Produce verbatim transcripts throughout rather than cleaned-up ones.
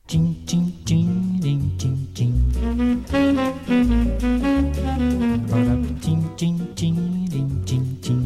金金金铃金金，金金金铃金金。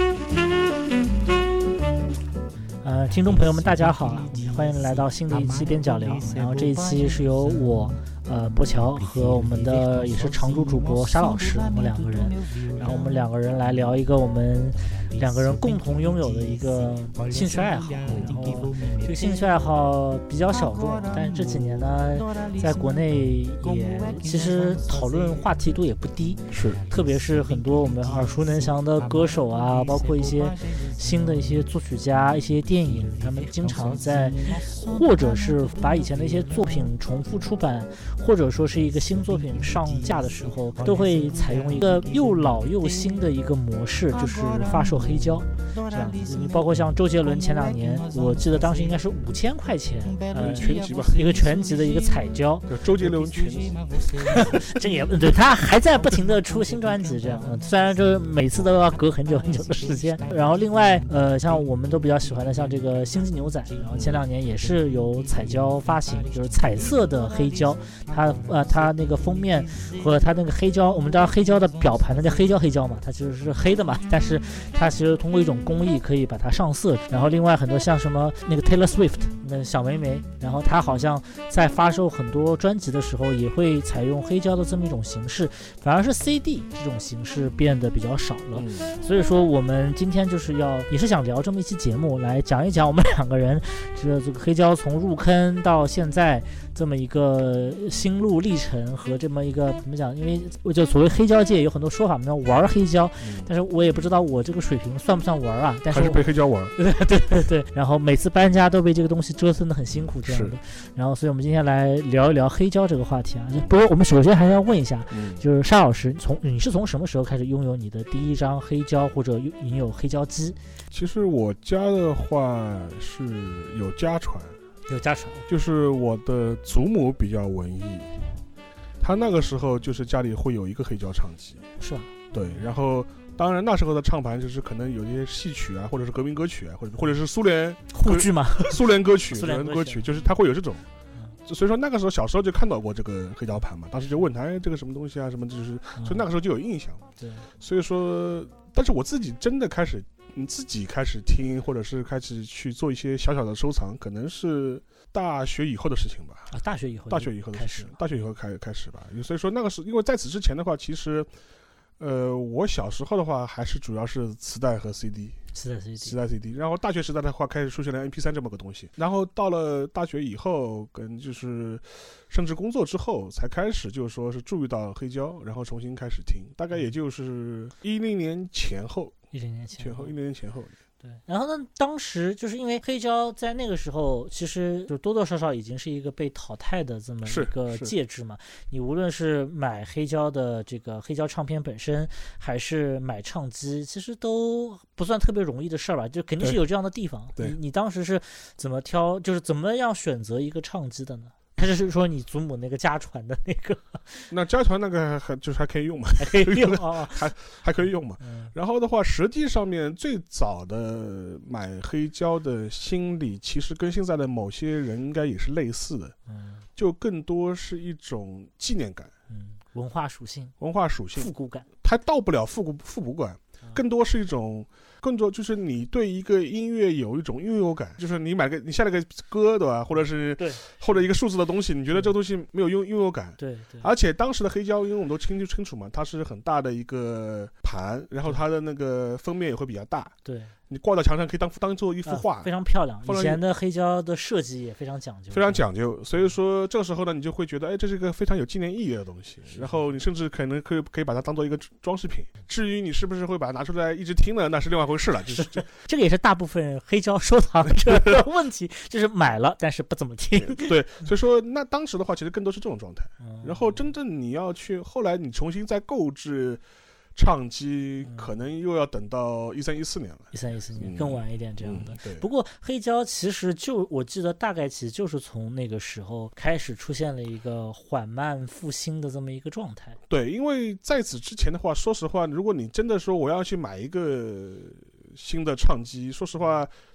呃，听众朋友们，大家好，欢迎来到新的一期边角聊。然后这一期是由我。呃，博乔和我们的也是常驻主播沙老师，我们两个人，然后我们两个人来聊一个我们两个人共同拥有的一个兴趣爱好。然后这个兴趣爱好比较小众，但是这几年呢，在国内也其实讨论话题度也不低， 是， 特别是很多我们耳熟能详的歌手啊，包括一些新的一些作曲家、一些电影，他们经常在，或者是把以前的一些作品重复出版。或者说是一个新作品上架的时候，都会采用一个又老又新的一个模式，就是发售黑胶这样子。你包括像周杰伦前两年，我记得当时应该是五千块钱，呃， 全集吧， 一个全集的一个彩胶， 周杰伦全集。 这也对，他还在不停的出新专辑，这样，嗯，虽然就是每次都要隔很久很久的时间。然后另外，呃，像我们都比较喜欢的，像这个星际牛仔，然后前两年也是有彩胶发行，就是彩色的黑胶。它呃，它那个封面和它那个黑胶，我们知道黑胶的表盘的那黑胶黑胶嘛，它其实是黑的嘛，但是它其实通过一种工艺可以把它上色。然后另外很多像什么那个 Taylor Swift 那小梅梅，然后它好像在发售很多专辑的时候也会采用黑胶的这么一种形式，反而是 C D 这种形式变得比较少了。所以说我们今天就是要也是想聊这么一期节目，来讲一讲我们两个人这这个黑胶从入坑到现在这么一个心路历程和这么一个怎么讲？因为我就所谓黑胶界有很多说法，我们玩黑胶，嗯、但是我也不知道我这个水平算不算玩啊？但是还是被黑胶玩。 对对对对。然后每次搬家都被这个东西折腾得很辛苦，这样的。然后，所以我们今天来聊一聊黑胶这个话题啊。不过我们首先还是要问一下，嗯、就是沙老师，从你是从什么时候开始拥有你的第一张黑胶，或者你有黑胶机？ 其实我家的话是有家传。 有家传， 就是我的祖母比较文艺，她那个时候就是家里会有一个黑胶唱机， 是吧？ 对，然后当然那时候的唱盘就是可能有一些戏曲啊，或者是革命歌曲啊，或者或者是苏联沪剧嘛， 苏联歌曲， 苏联歌曲，就是它会有这种。所以说那个时候小时候就看到过这个黑胶盘嘛，当时就问他，哎，这个什么东西啊，什么就是，所以那个时候就有印象。 对， 所以说，但是我自己真的开始。你自己开始听，或者是开始去做一些小小的收藏，可能是大学以后的事情吧。 啊，大学以后， 大学以后的事情，大学以后开开始吧。所以说那个是因为在此之前的话，其实，呃，我小时候的话还是主要是磁带和 C D， 磁带 C D， 磁带 C D。然后大学时代的话，开始出现了 M P 三 这么个东西。然后到了大学以后，跟就是甚至工作之后，才开始就是说是注意到黑胶，然后重新开始听。大概也就是一零年前后。 一零年前后，一零年前后， 对。然后呢，当时就是因为黑胶在那个时候，其实就多多少少已经是一个被淘汰的这么一个介质嘛。你无论是买黑胶的这个黑胶唱片本身，还是买唱机，其实都不算特别容易的事儿吧。就肯定是有这样的地方。 对， 你你当时是怎么挑，就是怎么样选择一个唱机的呢？还是说你祖母那个家传的那个？ 那家传那个还就是还可以用嘛？ 还可以用啊， 还还可以用嘛？ 嗯、 然后的话，实际上面最早的买黑胶的心理，其实跟现在的某些人应该也是类似的， 嗯， 就更多是一种纪念感， 嗯，文化属性， 文化属性， 复古感， 它到不了复古复古感，更多是一种。更多就是你对一个音乐有一种拥有感，就是你买个你下了个歌对吧，或者是对， 或者一个数字的东西，你觉得这个东西没有拥拥有感， 对对。 而且当时的黑胶，因为我们都清清楚嘛，它是很大的一个盘，然后它的那个封面也会比较大， 对。 你挂到墙上可以当当做一幅画、 呃，非常漂亮。以前的黑胶的设计也非常讲究， 非常讲究。所以说这个时候呢，你就会觉得，哎，这是一个非常有纪念意义的东西。然后你甚至可能可以可以把它当做一个装饰品。至于你是不是会把它拿出来一直听呢，那是另外一回事了。就是这这个也是大部分黑胶收藏者的问题，就是买了但是不怎么听。 对，所以说那当时的话，其实更多是这种状态。然后真正你要去后来你重新再购置。唱机可能又要等到一三一四年了， 一三一四年更晚一点这样的。 嗯嗯、 不过黑胶其实就我记得大概其实就是从那个时候开始出现了一个缓慢复兴的这么一个状态。 对，因为在此之前的话，说实话，如果你真的说我要去买一个新的唱机，说实话，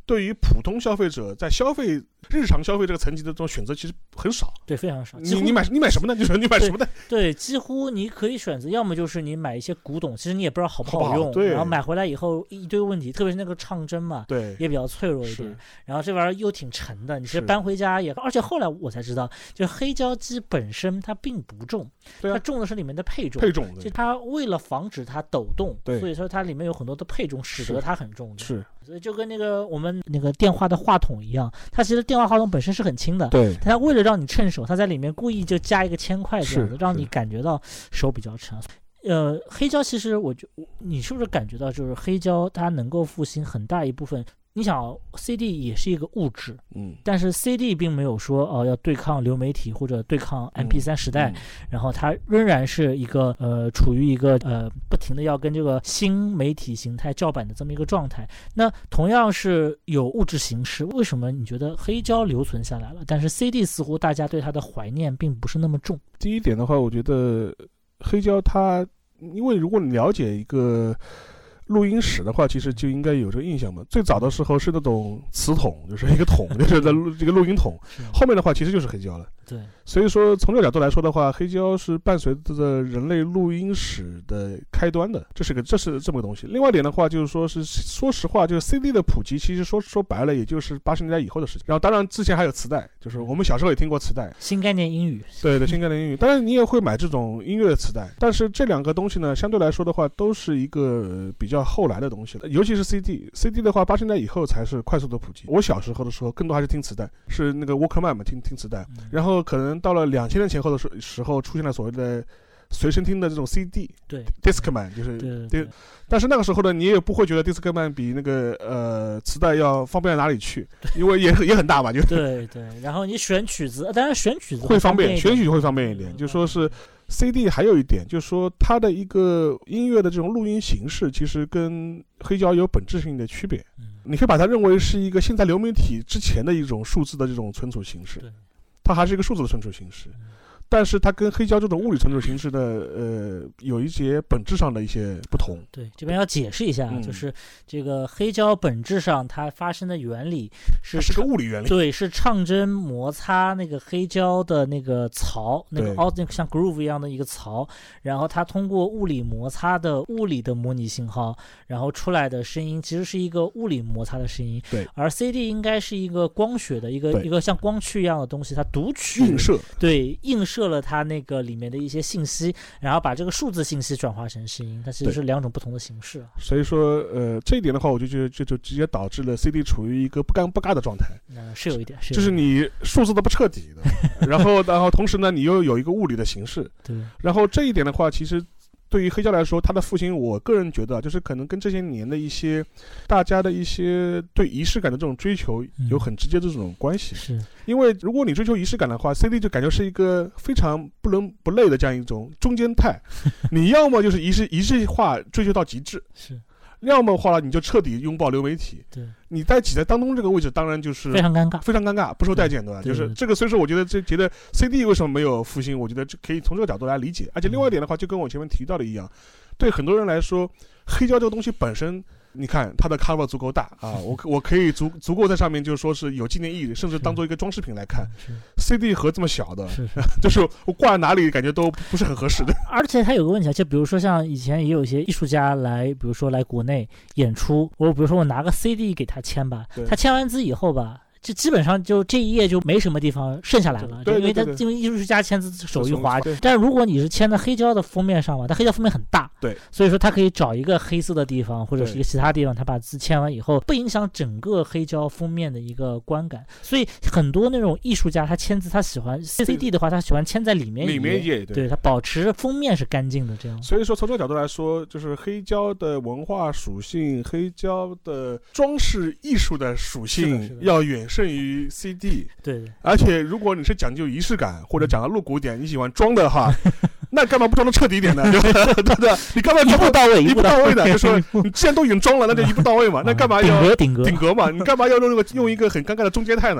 对于普通消费者在消费日常消费这个层级的这种选择其实很少。 对，非常少。 你你买你买什么呢？就是你买什么的？ 对，几乎你可以选择，要么就是你买一些古董，其实你也不知道好不好用， 好对， 然后买回来以后一堆问题，特别是那个唱针嘛， 对， 也比较脆弱一点。然后这玩意儿又挺沉的，你其实搬回家也，而且后来我才知道，就黑胶机本身它并不重， 对啊、 它重的是里面的配重。 配重， 就它为了防止它抖动， 对， 所以说它里面有很多的配重，使得它很重的。 是。 所以就跟那个我们那个电话的话筒一样，它其实电话话筒本身是很轻的， 对， 它为了让你趁手，它在里面故意就加一个铅块这样子，让你感觉到手比较沉。呃，黑胶其实我觉你是不是感觉到就是黑胶它能够复兴很大一部分？你想 C D 也是一个物质， 嗯， 但是 C D 并没有说哦、呃、要对抗流媒体或者对抗 M P 三 时代、嗯嗯，然后它仍然是一个呃处于一个呃不停的要跟这个新媒体形态叫板的这么一个状态。那同样是有物质形式，为什么你觉得黑胶留存下来了，但是 C D 似乎大家对它的怀念并不是那么重？ 第一点的话，我觉得黑胶它，因为如果你了解一个录音史的话，其实就应该有这个印象嘛。最早的时候是那种磁筒，就是一个筒，就是在录这个录音筒。后面的话其实就是黑胶了。 对， 所以说从这个角度来说的话，黑胶是伴随着人类录音史的开端的，这是个这是这么个东西。另外一点的话，就是说是说实话，就是 C D 的普及，其实说说白了，也就是八十年代以后的事情。然后当然之前还有磁带，就是我们小时候也听过磁带， 新概念英语， 对对，新概念英语。当然你也会买这种音乐的磁带，但是这两个东西呢，相对来说的话，都是一个比较后来的东西了。尤其是 C D，C D 的话，八十年代以后才是快速的普及。我小时候的时候，更多还是听磁带，是那个 Walkman 嘛，听听磁带，然后可能到了两千年前后的时时候，出现了所谓的随身听的这种 C D， 对 ，Discman 就是， 对对对， 但是那个时候呢，你也不会觉得 Discman 比那个呃磁带要方便到哪里去，因为也也很大嘛，就对对，然后你选曲子，当然选曲子会方便，选曲会方便一点， 就说是 C D 还有一点，就是说它的一个音乐的这种录音形式，其实跟黑胶有本质性的区别。嗯，你可以把它认为是一个现在流媒体之前的一种数字的这种存储形式，它还是一个数字的存储形式。嗯，但是它跟黑胶这种物理存储形式的呃有一些本质上的一些不同。 对，这边要解释一下， 嗯、 就是这个黑胶本质上它发生的原理是是个物理原理， 对，是唱针摩擦那个黑胶的那个槽，那个凹那个像 groove 一样的一个槽，然后它通过物理摩擦的物理的模拟信号，然后出来的声音其实是一个物理摩擦的声音。 对， 而 C D 应该是一个光学的一个一个像光驱一样的东西，它读取映射， 对，映射了它那个里面的一些信息，然后把这个数字信息转化成声音，它其实是两种不同的形式。 所以说，呃，这一点的话，我就觉得就就直接导致了 C D 处于一个不干不尬的状态。 嗯，是有一点，是有一点就是你数字的不彻底的，然后然后同时呢，你又有一个物理的形式。 对。 然后这一点的话，其实对于黑胶来说，它的复兴，我个人觉得就是可能跟这些年的一些大家的一些对仪式感的这种追求有很直接的这种关系。 是、嗯， 因为如果你追求仪式感的话 ，C D 就感觉是一个非常不伦不类的这样一种中间态。你要么就是仪式仪式化追求到极致， 是。 要么的话你就彻底拥抱流媒体， 对， 你在挤在当中这个位置，当然就是非常尴尬， 非常尴尬，不受待见，对吧？就是这个，所以说我觉得这觉得 C D 为什么没有复兴，我觉得这可以从这个角度来理解。而且另外一点的话，就跟我前面提到的一样，对很多人来说，黑胶这个东西本身，你看它的 cover 足够大啊，我我可以足足够在上面就是说是有纪念意义，甚至当做一个装饰品来看。C D 盒这么小的， 是是就是我挂在哪里感觉都不是很合适的。 而且它有个问题啊，就比如说像以前也有一些艺术家来，比如说来国内演出，我比如说我拿个 C D 给他签吧，他签完字以后吧。就基本上就这一页就没什么地方剩下来了， 对对对对， 因为他因为艺术家签字手一滑，但是如果你是签在黑胶的封面上嘛，它黑胶封面很大， 对， 所以说他可以找一个黑色的地方或者是一个其他地方，他把字签完以后不影响整个黑胶封面的一个观感，所以很多那种艺术家他签字他喜欢 C D 的话，他喜欢签在里面里面一页， 对，他保持封面是干净的这样。 所以说从这个角度来说，就是黑胶的文化属性，黑胶的装饰艺术的属性要远胜于 C D。 对, 对， 而且如果你是讲究仪式感或者讲到露骨点，你喜欢装的话，那干嘛不装的彻底一点呢？对不对？你干嘛一步到位， 一步到位的？就说你既然都已经装了，那就一步到位嘛。那干嘛要顶格顶格顶格嘛？你干嘛要用那个用一个很尴尬的中间态呢？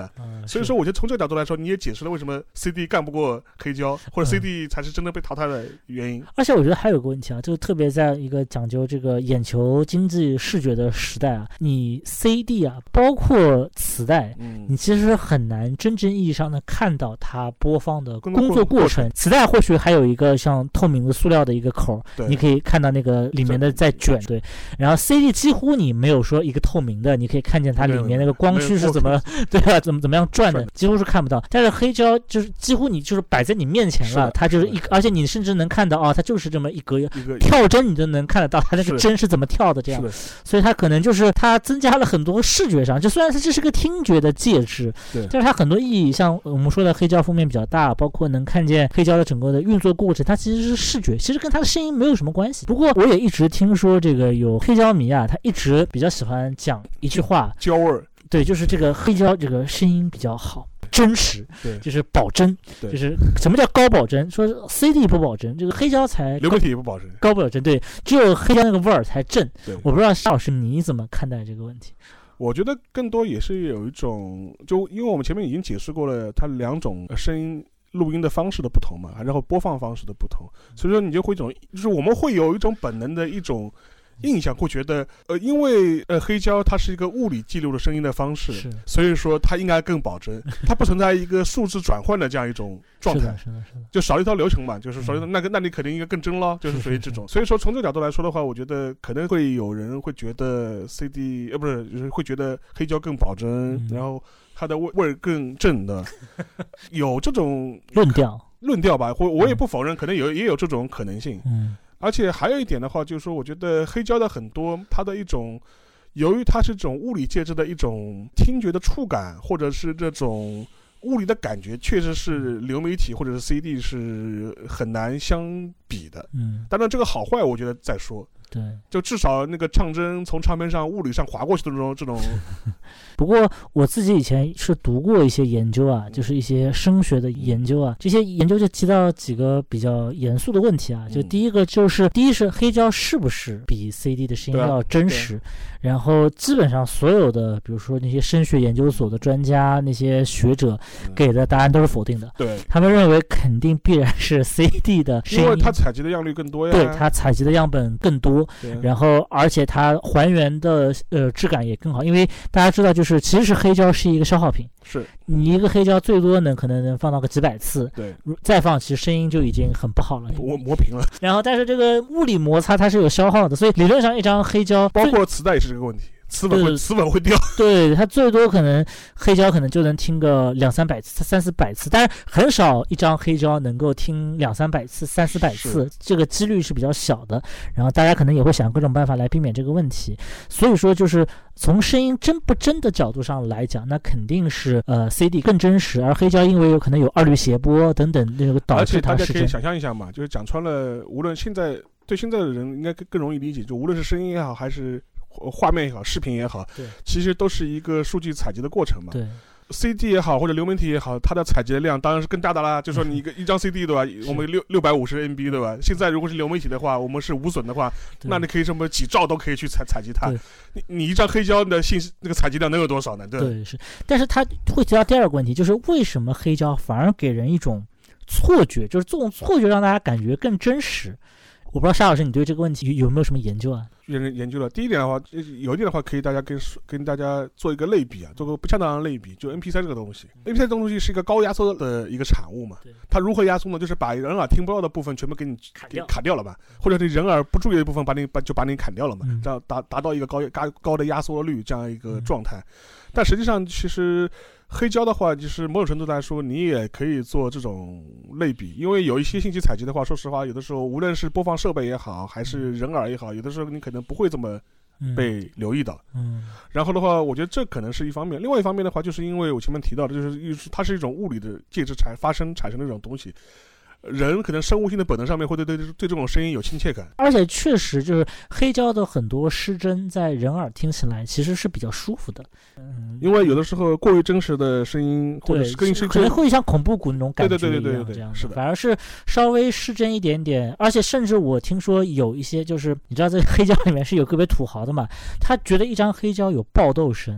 所以说我觉得从这个角度来说，你也解释了为什么 C D 干不过黑胶，或者 C D 才是真正被淘汰的原因。 嗯、而且我觉得还有个问题啊，就特别在一个讲究这个眼球经济视觉的时代啊，你 C D 啊，包括磁带， 嗯， 你其实很难真正意义上的看到它播放的工作过程。 过程磁带或许还有一个像透明的塑料的一个口，你可以看到那个里面的在卷，对。然后 C D 几乎你没有说一个透明的，你可以看见它里面那个光驱是怎么，对啊，怎么怎么样转的，几乎是看不到。但是黑胶就是几乎你就是摆在你面前了，它就是一，而且你甚至能看到啊、哦，它就是这么一格跳针，你都能看得到它那个针是怎么跳的这样。所以它可能就是它增加了很多视觉上，就虽然它这是个听觉的介质，对，但是它很多意义，像我们说的黑胶封面比较大，包括能看见黑胶的整个的运作过程，它其实是视觉，其实跟它的声音没有什么关系。不过我也一直听说这个有黑胶迷啊，他一直比较喜欢讲一句话， 胶味儿， 对，就是这个黑胶这个声音比较好。真实， 对， 就是保真，就是什么叫高保真？说 C D 不保真，这个黑胶才流媒体也不保真， 高保真，对，只有黑胶那个味儿才正。我不知道沙老师你怎么看待这个问题？ 我觉得更多也是有一种，就因为我们前面已经解释过了，它两种声音录音的方式的不同嘛，然后播放方式的不同，所以说你就会一种，就是我们会有一种本能的一种印象，会觉得呃，因为呃黑胶它是一个物理记录的声音的方式，所以说它应该更保真，它不存在一个数字转换的这样一种状态， 是的，是的， 就少一条流程嘛，就是少一条、嗯、那个那你肯定应该更真咯，就是属于这种。所以说从这个角度来说的话，我觉得可能会有人会觉得 C D 呃不是，就是会觉得黑胶更保真，嗯、然后它的味味更正的，有这种论调论调吧，或我也不否认，可能有也有这种可能性。 嗯。 而且还有一点的话，就是说，我觉得黑胶的很多它的一种，由于它是这种物理介质的一种听觉的触感，或者是这种物理的感觉，确实是流媒体或者是 C D 是很难相比的。 嗯， 当然这个好坏，我觉得再说。 对， 就至少那个唱针从唱片上物理上划过去的这种这种。 不过我自己以前是读过一些研究啊，就是一些声学的研究啊，这些研究就提到几个比较严肃的问题啊。就第一个就是，第一是黑胶是不是比 C D 的声音要真实？然后基本上所有的，比如说那些声学研究所的专家、那些学者给的答案都是否定的。 对， 他们认为肯定必然是 C D 的声音， 因为它采集的样率更多呀。 对，它采集的样本更多。然后而且它还原的呃质感也更好，因为大家知道就是其实黑胶是一个消耗品， 是你一个黑胶最多能可能能放到个几百次， 对， 再放其实声音就已经很不好了， 磨磨平了。 然后但是这个物理摩擦它是有消耗的，所以理论上一张黑胶包括磁带也是这个问题，磁吻会磁吻会掉， 对，它最多可能黑胶可能就能听个两三百次、三四百次，但是很少一张黑胶能够听两三百次、三四百次，这个几率是比较小的。然后大家可能也会想各种办法来避免这个问题。所以说，就是从声音真不真的角度上来讲，那肯定是呃 C D 更真实，而黑胶因为有可能有二滤谐波等等那个导致它而且大家可以想象一下嘛，就是讲穿了，无论现在对现在的人应该更容易理解，就无论是声音也好，还是画面也好，视频也好，其实都是一个数据采集的过程嘛。 对 ，C D 也好或者流媒体也好，它的采集的量当然是更大的啦。就说你一个一张 C D 对吧，我们六六百五十 M B 对吧？现在如果是流媒体的话，我们是无损的话，那你可以什么几兆都可以去采采集它。你你一张黑胶的信息那个采集量能有多少呢？对对是，但是它会提到第二个问题，就是为什么黑胶反而给人一种错觉，就是这种错觉让大家感觉更真实。我不知道沙老师你对这个问题有没有什么研究啊？ 研研究了。第一点的话，有一点的话可以大家跟跟大家做一个类比啊，做个不恰当的类比。就 M P 三 这个东西 ，M P 三 这个东西是一个高压缩的一个产物嘛。它如何压缩呢？就是把人耳听不到的部分全部给你给卡掉了吧，或者是人耳不注意的部分把你把就把你砍掉了嘛，这样达达到一个高高高的压缩率这样一个状态。但实际上，其实黑胶的话，就是某种程度来说，你也可以做这种类比，因为有一些信息采集的话，说实话，有的时候无论是播放设备也好，还是人耳也好，有的时候你可能不会这么被留意到。 嗯， 然后的话，我觉得这可能是一方面。另外一方面的话，就是因为我前面提到的，就是它是一种物理的介质产发生产生的这种东西。人可能生物性的本能上面会对对对这种声音有亲切感， 而且确实就是黑胶的很多失真在人耳听起来其实是比较舒服的，嗯， 因为有的时候过于真实的声音或者是跟可能会像恐怖谷那种感觉一样， 对对对对对对， 这样是的， 反而是稍微失真一点点，而且甚至我听说有一些就是你知道这黑胶里面是有个别土豪的嘛，他觉得一张黑胶有爆豆声。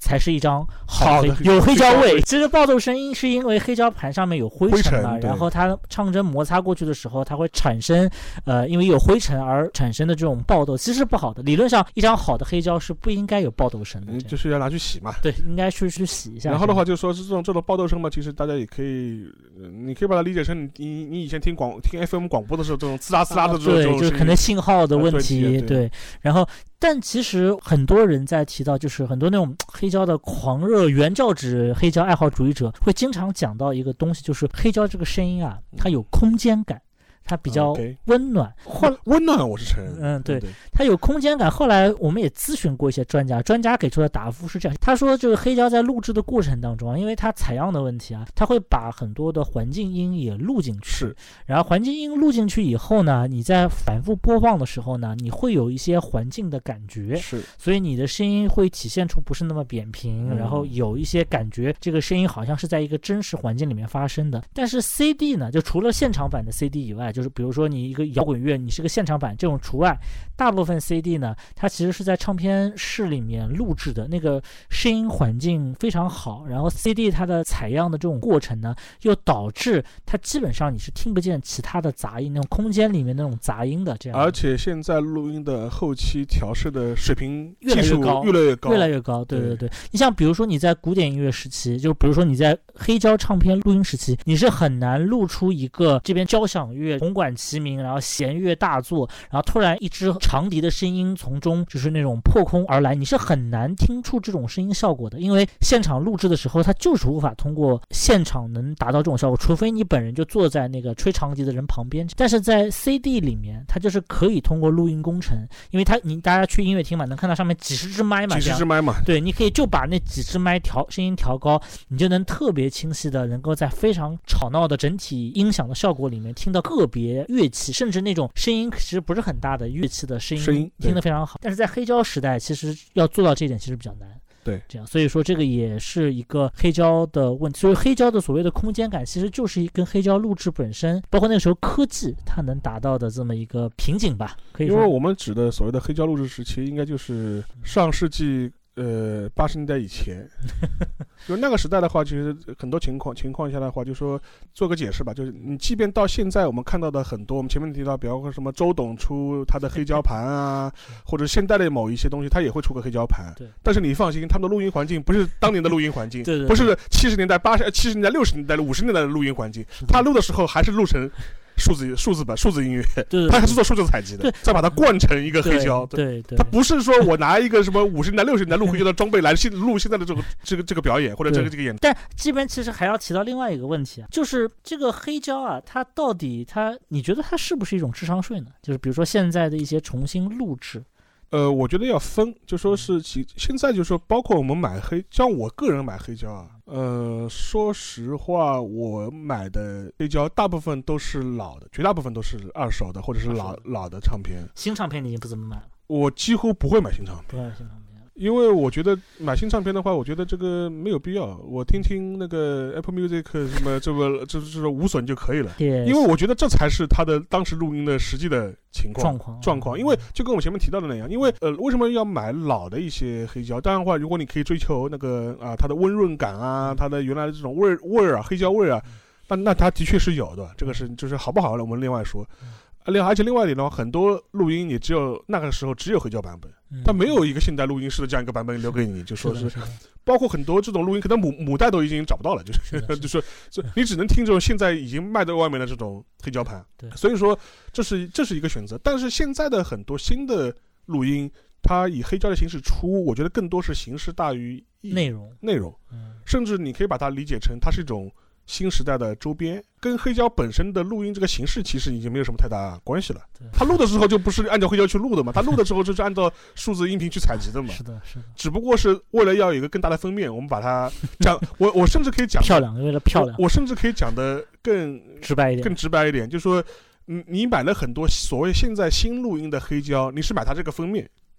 才是一张好的有黑胶味。其实爆奏声音是因为黑胶盘上面有灰尘嘛，然后它唱针摩擦过去的时候，它会产生呃因为有灰尘而产生的这种爆奏，其实是不好的。理论上一张好的黑胶是不应该有爆奏声的， 就是要拿去洗嘛。 对，应该去去洗一下。 然后的话就说是这种这种爆奏声嘛，其实大家也可以，你可以把它理解成你你以前听广听 F M 广播的时候这种滋啦滋啦的这种、啊、 对，就是可能信号的问题， 啊、对, 对。然后但其实很多人在提到，就是很多那种黑胶的狂热原教旨黑胶爱好主义者会经常讲到一个东西，就是黑胶这个声音啊，它有空间感。它比较温暖，后温暖我是承认， 嗯，对，它有空间感。后来我们也咨询过一些专家，专家给出的答复是这样：他说，这个黑胶在录制的过程当中啊，因为它采样的问题啊，它会把很多的环境音也录进去， 是。 然后环境音录进去以后呢，你在反复播放的时候呢，你会有一些环境的感觉， 是。 所以你的声音会体现出不是那么扁平，嗯、然后有一些感觉，这个声音好像是在一个真实环境里面发生的。但是 C D 呢，就除了现场版的 C D 以外，就是比如说你一个摇滚乐，你是个现场版这种除外，大部分 C D 呢，它其实是在唱片室里面录制的，那个声音环境非常好，然后 C D 它的采样的这种过程呢，又导致它基本上你是听不见其他的杂音，那种空间里面那种杂音的这样的。 而且现在录音的后期调试的水平越来越高， 越来越高， 越来越高。对对对，你像比如说你在古典音乐时期，就比如说你在黑胶唱片录音时期，你是很难录出一个这边交响乐铜管齐鸣，然后弦乐大作，然后突然一支长笛的声音从中就是那种破空而来，你是很难听出这种声音效果的，因为现场录制的时候它就是无法通过现场能达到这种效果，除非你本人就坐在那个吹长笛的人旁边。但是在 C D 里面它就是可以通过录音工程，因为它你大家去音乐厅嘛，能看到上面几十支麦嘛， 几十支麦嘛， 对，你可以就把那几支麦调声音调高，你就能特别清晰的能够在非常吵闹的整体音响的效果里面听到个别乐器，甚至那种声音其实不是很大的乐器的声音， 声音听得非常好。但是在黑胶时代，其实要做到这一点其实比较难。 对， 这样，所以说这个也是一个黑胶的问题。所以黑胶的所谓的空间感，其实就是跟黑胶录制本身，包括那个时候科技它能达到的这么一个瓶颈吧。可以说， 因为我们指的所谓的黑胶录制时期，应该就是上世纪呃八十年代以前。就那个时代的话，其实很多情况情况下的话，就说做个解释吧，就是你即便到现在我们看到的很多，我们前面提到，比方说什么周董出他的黑胶盘啊，或者现代的某一些东西，他也会出个黑胶盘。 对。 但是你放心，他们的录音环境不是当年的录音环境， 对对对， 不是七十年代、八十、七十年代、六十年代、五十年代的录音环境，他录的时候还是录成数字数字版数字音乐， 对对对， 他还是做数字采集的，再把它灌成一个黑胶。 对 对, 对， 他不是说我拿一个什么五十年代、六十年代录黑胶的装备来录现在的这个这个这个表演或者这个这个演。 但这边其实还要提到另外一个问题啊，就是这个黑胶啊，它到底它，你觉得它是不是一种智商税呢？就是比如说现在的一些重新录制。 呃，我觉得要分，就说是其现在就说，包括我们买黑，像我个人买黑胶啊，呃，说实话，我买的黑胶大部分都是老的，绝大部分都是二手的或者是老老的唱片。 新唱片你已经不怎么买了？ 我几乎不会买新唱片。 不会买新唱片。 因为我觉得买新唱片的话，我觉得这个没有必要。我听听那个 Apple Music 什么这个这这无损就可以了。 Yes. 因为我觉得这才是他的当时录音的实际的情况状况状况。因为就跟我们前面提到的那样，因为呃为什么要买老的一些黑胶？当然的话，如果你可以追求那个啊它的温润感啊，它的原来的这种味味儿啊，黑胶味啊，那那它的确是有的。这个是就是好不好了，我们另外说。而且另外一点的话，很多录音也只有那个时候只有黑胶版本，它没有一个现代录音室的这样一个版本留给你，就说是，包括很多这种录音，可能母母带都已经找不到了，就是就是你只能听这种现在已经卖在外面的这种黑胶盘。 对， 所以说这是这是一个选择。但是现在的很多新的录音，它以黑胶的形式出，我觉得更多是形式大于内容内容，甚至你可以把它理解成它是一种新时代的周边，跟黑胶本身的录音这个形式其实已经没有什么太大关系了。他录的时候就不是按照黑胶去录的嘛，他录的时候就是按照数字音频去采集的嘛。 是的，是的。只不过是为了要有一个更大的封面，我们把它讲，我我甚至可以讲漂亮，为了漂亮， 我, 我甚至可以讲的更直白一点， 更直白一点，就是说，你买了很多所谓现在新录音的黑胶，你是买它这个封面。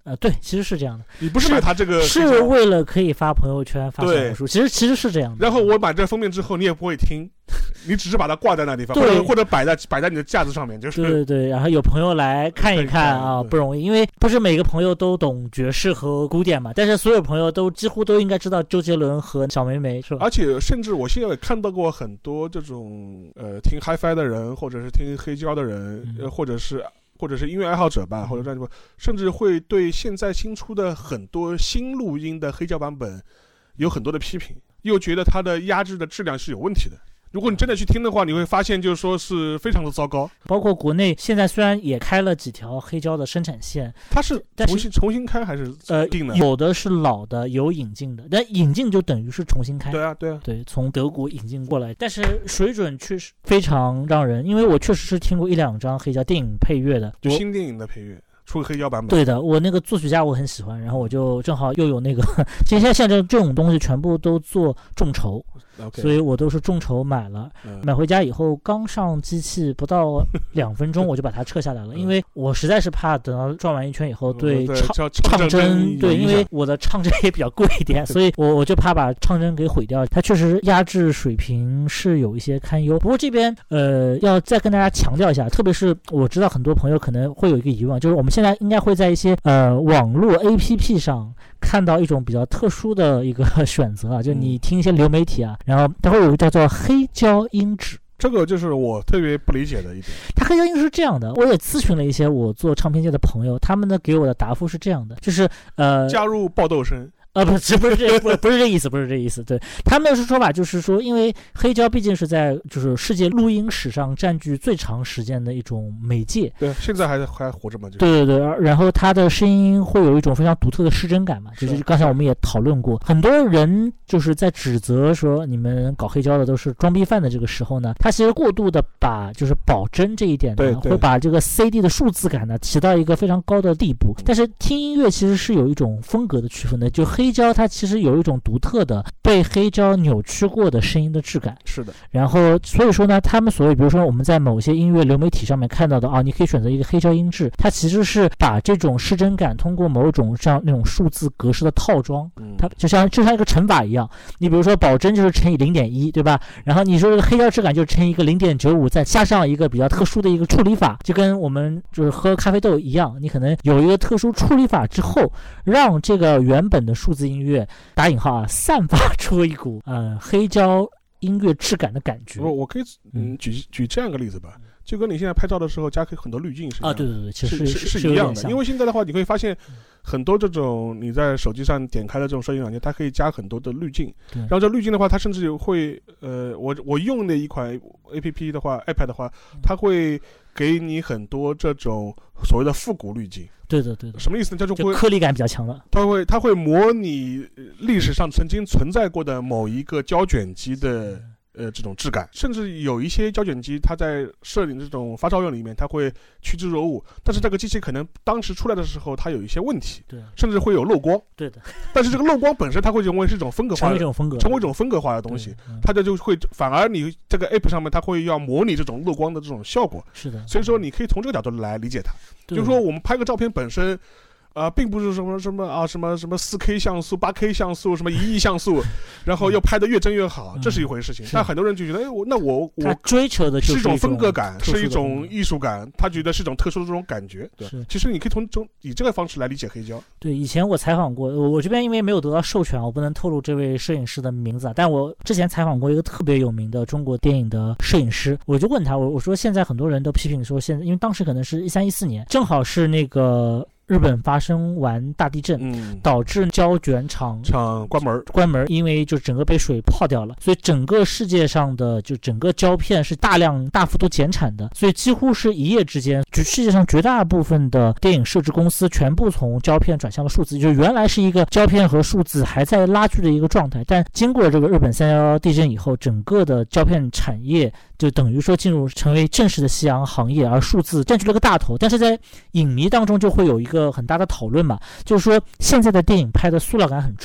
呃，对，其实是这样的。 你不是买它这个是为了可以发朋友圈、发小红书，其实其实是这样的。 然后我买这封面之后，你也不会听，你只是把它挂在那地方，或者或者摆在摆在你的架子上面，就是对对对。然后有朋友来看一看啊，不容易，因为不是每个朋友都懂爵士和古典嘛，但是所有朋友都几乎都应该知道周杰伦和小梅梅，是吧？ 而且甚至我现在也看到过很多这种呃听 Hi-Fi 的人，或者是听黑胶的人，嗯、呃，或者是。或者是音乐爱好者吧，或者这样，甚至会对现在新出的很多新录音的黑胶版本有很多的批评，又觉得它的压制的质量是有问题的。如果你真的去听的话，你会发现就是说是非常的糟糕。 包括国内现在虽然也开了几条黑胶的生产线， 它是重新重新开还是定的？ 呃，有的是老的，有引进的，但引进就等于是重新开。 对啊，对啊， 对，从德国引进过来，但是水准确实非常让人，因为我确实是听过一两张黑胶电影配乐的， 就新电影的配乐。出个黑胶版本。 对的，我那个作曲家我很喜欢，然后我就正好又有那个，其实现在像这这种东西全部都做众筹， okay. 所以我都是众筹买了，嗯、买回家以后刚上机器不到两分钟我就把它撤下来了，嗯、因为我实在是怕等到转完一圈以后对唱、嗯、唱针，对，因为我的唱针也比较贵一点，所以我我就怕把唱针给毁掉。它确实压制水平是有一些堪忧，不过这边呃要再跟大家强调一下，特别是我知道很多朋友可能会有一个疑问，就是我们现在应该会在一些呃网络 A P P 上看到一种比较特殊的一个选择啊，就你听一些流媒体啊，然后它会有一个叫做黑胶音质。 这个就是我特别不理解的一点。 它黑胶音是这样的，我也咨询了一些我做唱片界的朋友，他们呢给我的答复是这样的，就是呃加入爆豆声。 啊，不是不是这不不是这意思，不是这意思。对，他们的说法就是说，因为黑胶毕竟是在就是世界录音史上占据最长时间的一种媒介。 对，现在还还活着吗？ 对对对，然后它的声音会有一种非常独特的失真感嘛，就是刚才我们也讨论过，很多人就是在指责说你们搞黑胶的都是装逼犯的这个时候呢，他其实过度的把就是保真这一点呢，会把这个 C D 的数字感呢提到一个非常高的地步。但是听音乐其实是有一种风格的区分的，就黑胶它其实有一种独特的被黑胶扭曲过的声音的质感。 是的。 然后所以说呢，他们所谓比如说我们在某些音乐流媒体上面看到的啊，你可以选择一个黑胶音质，它其实是把这种失真感通过某种像那种数字格式的套装，它就像就像一个乘法一样。你比如说保真就是乘以 零点一， 对吧？然后你说这个黑胶质感就是乘以一个 零点九五， 再加上一个比较特殊的一个处理法，就跟我们就是喝咖啡豆一样，你可能有一个特殊处理法之后，让这个原本的数字音乐打引号啊散发出一股呃黑胶音乐质感的感觉。 我我可以嗯举举这样一个例子吧，就跟你现在拍照的时候加很多滤镜是一样的啊，对对对，其实是是是一样的。因为现在的话，你会发现很多这种你在手机上点开的这种摄影软件，它可以加很多的滤镜，然后这滤镜的话，它甚至会呃，我我用的一款 A P P 的话 ，iPad 的话，它会给你很多这种所谓的复古滤镜。 对的对的。 什么意思呢？叫做就颗粒感比较强了。 它会它会模拟历史上曾经存在过的某一个胶卷机的。呃，这种质感，甚至有一些胶卷机，它在摄影这种发烧友里面，它会趋之若鹜，但是这个机器可能当时出来的时候，它有一些问题， 对， 甚至会有漏光， 对的。 但是这个漏光本身，它会认为是一种风格化的， 成为一种风格， 成为一种风格化的东西，它就就会反而你这个 app 上面，它会要模拟这种漏光的这种效果， 是的。 所以说，你可以从这个角度来理解它，就是说我们拍个照片本身。啊、呃，并不是什么什么啊，什么什么 四 K 像素、八 K 像素，什么一亿像素，然后要拍得越真越好，嗯、这是一回事情。但很多人就觉得，哎，我那我我追求的是一种风格感，是一种艺术感，他觉得是一种特殊的这种感觉。对，其实你可以从从以这个方式来理解黑胶。 对，以前我采访过，我这边因为没有得到授权，我不能透露这位摄影师的名字啊。但我之前采访过一个特别有名的中国电影的摄影师，我就问他，我我说现在很多人都批评说，现在因为当时可能是一三一四年，正好是那个。日本发生完大地震，嗯、导致胶卷厂厂关门关门，因为就整个被水泡掉了，所以整个世界上的就整个胶片是大量大幅度减产的，所以几乎是一夜之间，就世界上绝大部分的电影摄制公司全部从胶片转向了数字，就原来是一个胶片和数字还在拉锯的一个状态，但经过这个日本三一一地震以后，整个的胶片产业就等于说进入成为正式的夕阳行业，而数字占据了个大头。但是在影迷当中就会有一个很大的讨论嘛，就是说现在的电影拍的塑料感很重，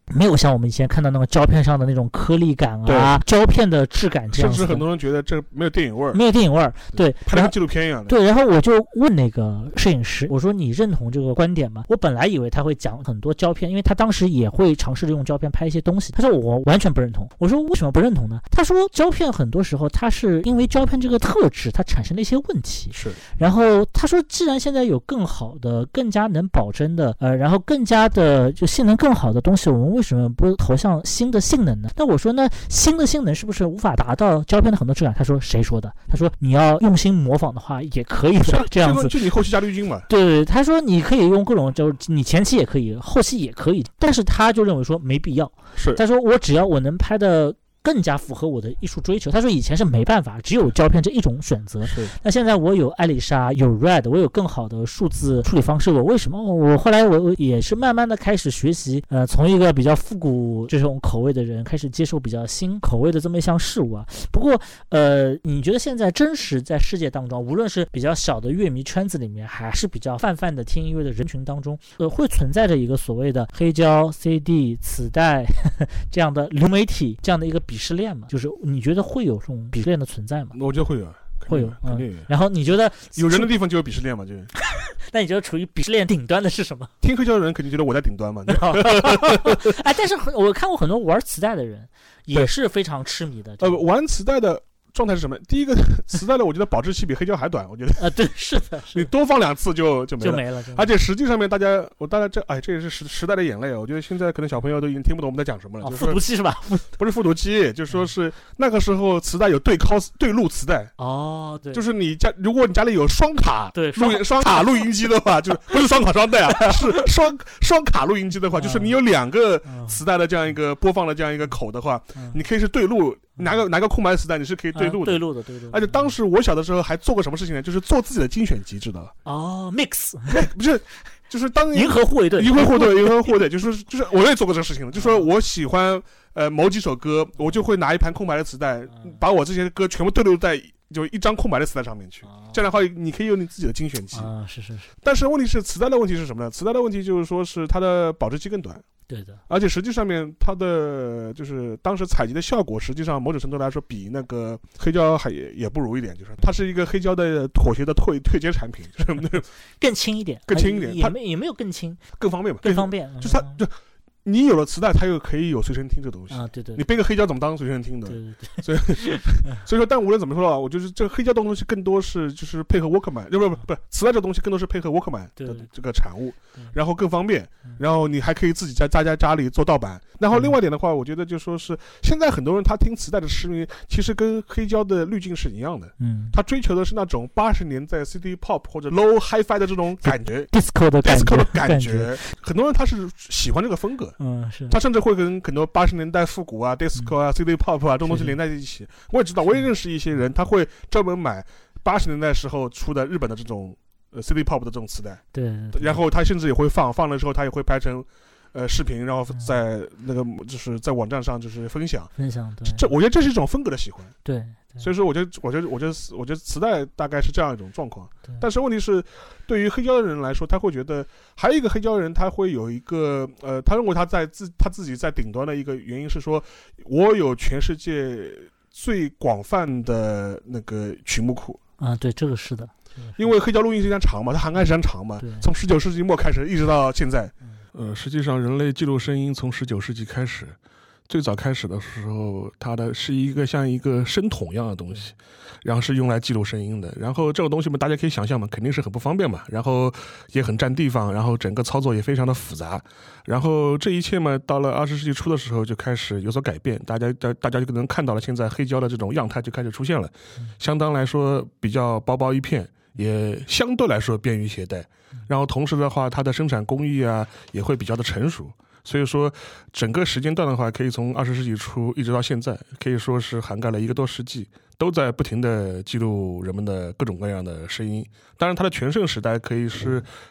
没有像我们以前看到那个胶片上的那种颗粒感啊，胶片的质感这样子。 甚至很多人觉得这没有电影味儿， 没有电影味儿，对， 拍的跟纪录片一样的。 对，然后我就问那个摄影师，我说你认同这个观点吗？我本来以为他会讲很多胶片，因为他当时也会尝试着用胶片拍一些东西。他说我完全不认同。我说为什么不认同呢？他说胶片很多时候它是因为胶片这个特质它产生了一些问题。 是。 然后他说既然现在有更好的、更加能保真的，呃，然后更加的就性能更好的东西，我们为什么不投向新的性能呢？那我说那新的性能是不是无法达到胶片的很多质感？他说谁说的？他说你要用心模仿的话也可以的，这样子。 就你后期加滤镜嘛。 对，他说你可以用各种，就是你前期也可以，后期也可以，但是他就认为说没必要。 是。 他说我只要我能拍的更加符合我的艺术追求。他说以前是没办法，只有胶片这一种选择。那现在我有艾丽莎，有 Red， 我有更好的数字处理方式。我为什么？我后来我也是慢慢的开始学习，呃，从一个比较复古这种口味的人开始接受比较新口味的这么一项事物啊。不过，呃，你觉得现在真实在世界当中，无论是比较小的乐迷圈子里面，还是比较泛泛的听音乐的人群当中，呃，会存在着一个所谓的黑胶、C D、磁带呵呵这样的流媒体这样的一个比。鄙视链嘛，就是你觉得会有这种鄙视链的存在吗？ 我觉得会有， 会有， 肯定有、 嗯。然后你觉得有人的地方就有鄙视链嘛？就， 那你觉得处于鄙视链顶端的是什么？ 听黑胶的人肯定觉得我在顶端嘛。 哎，但是我看过很多玩磁带的人也是非常痴迷的。 呃，玩磁带的状态是什么？第一个，磁带的我觉得保质期比黑胶还短，我觉得。 啊，对，是的，是的你多放两次就就没了， 就没了。 而且实际上面，大家，我大家这，哎，这也是时时代的眼泪。我觉得现在可能小朋友都已经听不懂我们在讲什么了。 哦、 就是复读机是吧？ 不是复读机，就说是那个时候磁带有对拷对录磁带。 哦，对， 就是你家，如果你家里有双卡对录音双卡录音机的话，就是不是双卡双待啊，是双双卡录音机的话，就是你有两个磁带的这样一个播放的这样一个口的话， 嗯、 你可以是对录。拿个拿个空白的磁带，你是可以对录的， 啊、对录的，对录的。 而且当时我小的时候还做过什么事情呢？就是做自己的精选集，知道吧？ 哦 ，mix， 不是，就是当银河护卫队， 银河护卫队，银河护卫队，就是就是我也做过这个事情，就说我喜欢呃某几首歌，我就会拿一盘空白的磁带，把我这些歌全部对录在就一张空白的磁带上面去。这样的话，你可以有你自己的精选集啊，是是是。 但是问题是，磁带的问题是什么呢？磁带的问题就是说是它的保质期更短。 对的， 而且实际上面它的就是当时采集的效果，实际上某种程度来说比那个黑胶还也也不如一点，就是它是一个黑胶的妥协的退退阶产品，就是更轻一点， 更轻一点， 也没也没有更轻， 更方便嘛， 更方便， 就是它就。你有了磁带，它又可以有随身听这东西啊，对 对, 对。 你背个黑胶怎么当随身听的？ 对对对。 所以，所以说，但无论怎么说啊，我就是这个黑胶的东西更多是就是配合 Walkman， 不不不不，磁带这东西更多是配合 Walkman 的这个产物，然后更方便，然后你还可以自己在大家家里做盗版。然后另外一点的话，我觉得就说是现在很多人他听磁带的痴迷，其实跟黑胶的滤镜是一样的， 嗯， 他追求的是那种八十年代 City Pop 或者 Low Hi-Fi 的这种感觉 ，Disco 的感觉 ，Disco 的感觉，很多人他是喜欢这个风格， 嗯，是， 他甚至会跟很多八十年代复古啊、disco 啊、City Pop 啊这种东西连在一起。我也知道，我也认识一些人，他会专门买八十年代时候出的日本的这种呃 City Pop 的这种磁带， 对， 然后他甚至也会放，放了之后他也会拍成呃视频，然后在那个就是在网站上就是分享， 分享，对， 这我觉得这是一种风格的喜欢， 对。 所以说，我觉得，我觉得，我觉得，我觉得磁带大概是这样一种状况。但是问题是，对于黑胶的人来说，他会觉得还有一个黑胶人，他会有一个呃，他认为他在自他自己在顶端的一个原因是说，我有全世界最广泛的那个曲目库啊，对，这个是的， 因为黑胶录音时间长嘛，它涵盖时间长嘛，从十九世纪末开始一直到现在。呃，实际上人类记录声音从十九世纪开始。最早开始的时候，它的是一个像一个声筒一样的东西，然后是用来记录声音的。然后这个东西嘛，大家可以想象嘛，肯定是很不方便嘛，然后也很占地方，然后整个操作也非常的复杂。然后这一切嘛，到了二十世纪初的时候就开始有所改变，大家大大家就能看到了，现在黑胶的这种样态就开始出现了，相当来说比较薄薄一片，也相对来说便于携带。然后同时的话，它的生产工艺啊也会比较的成熟。所以说整个时间段的话，可以从二十世纪初一直到现在，可以说是涵盖了一个多世纪，都在不停的记录人们的各种各样的声音。当然它的全盛时代可以是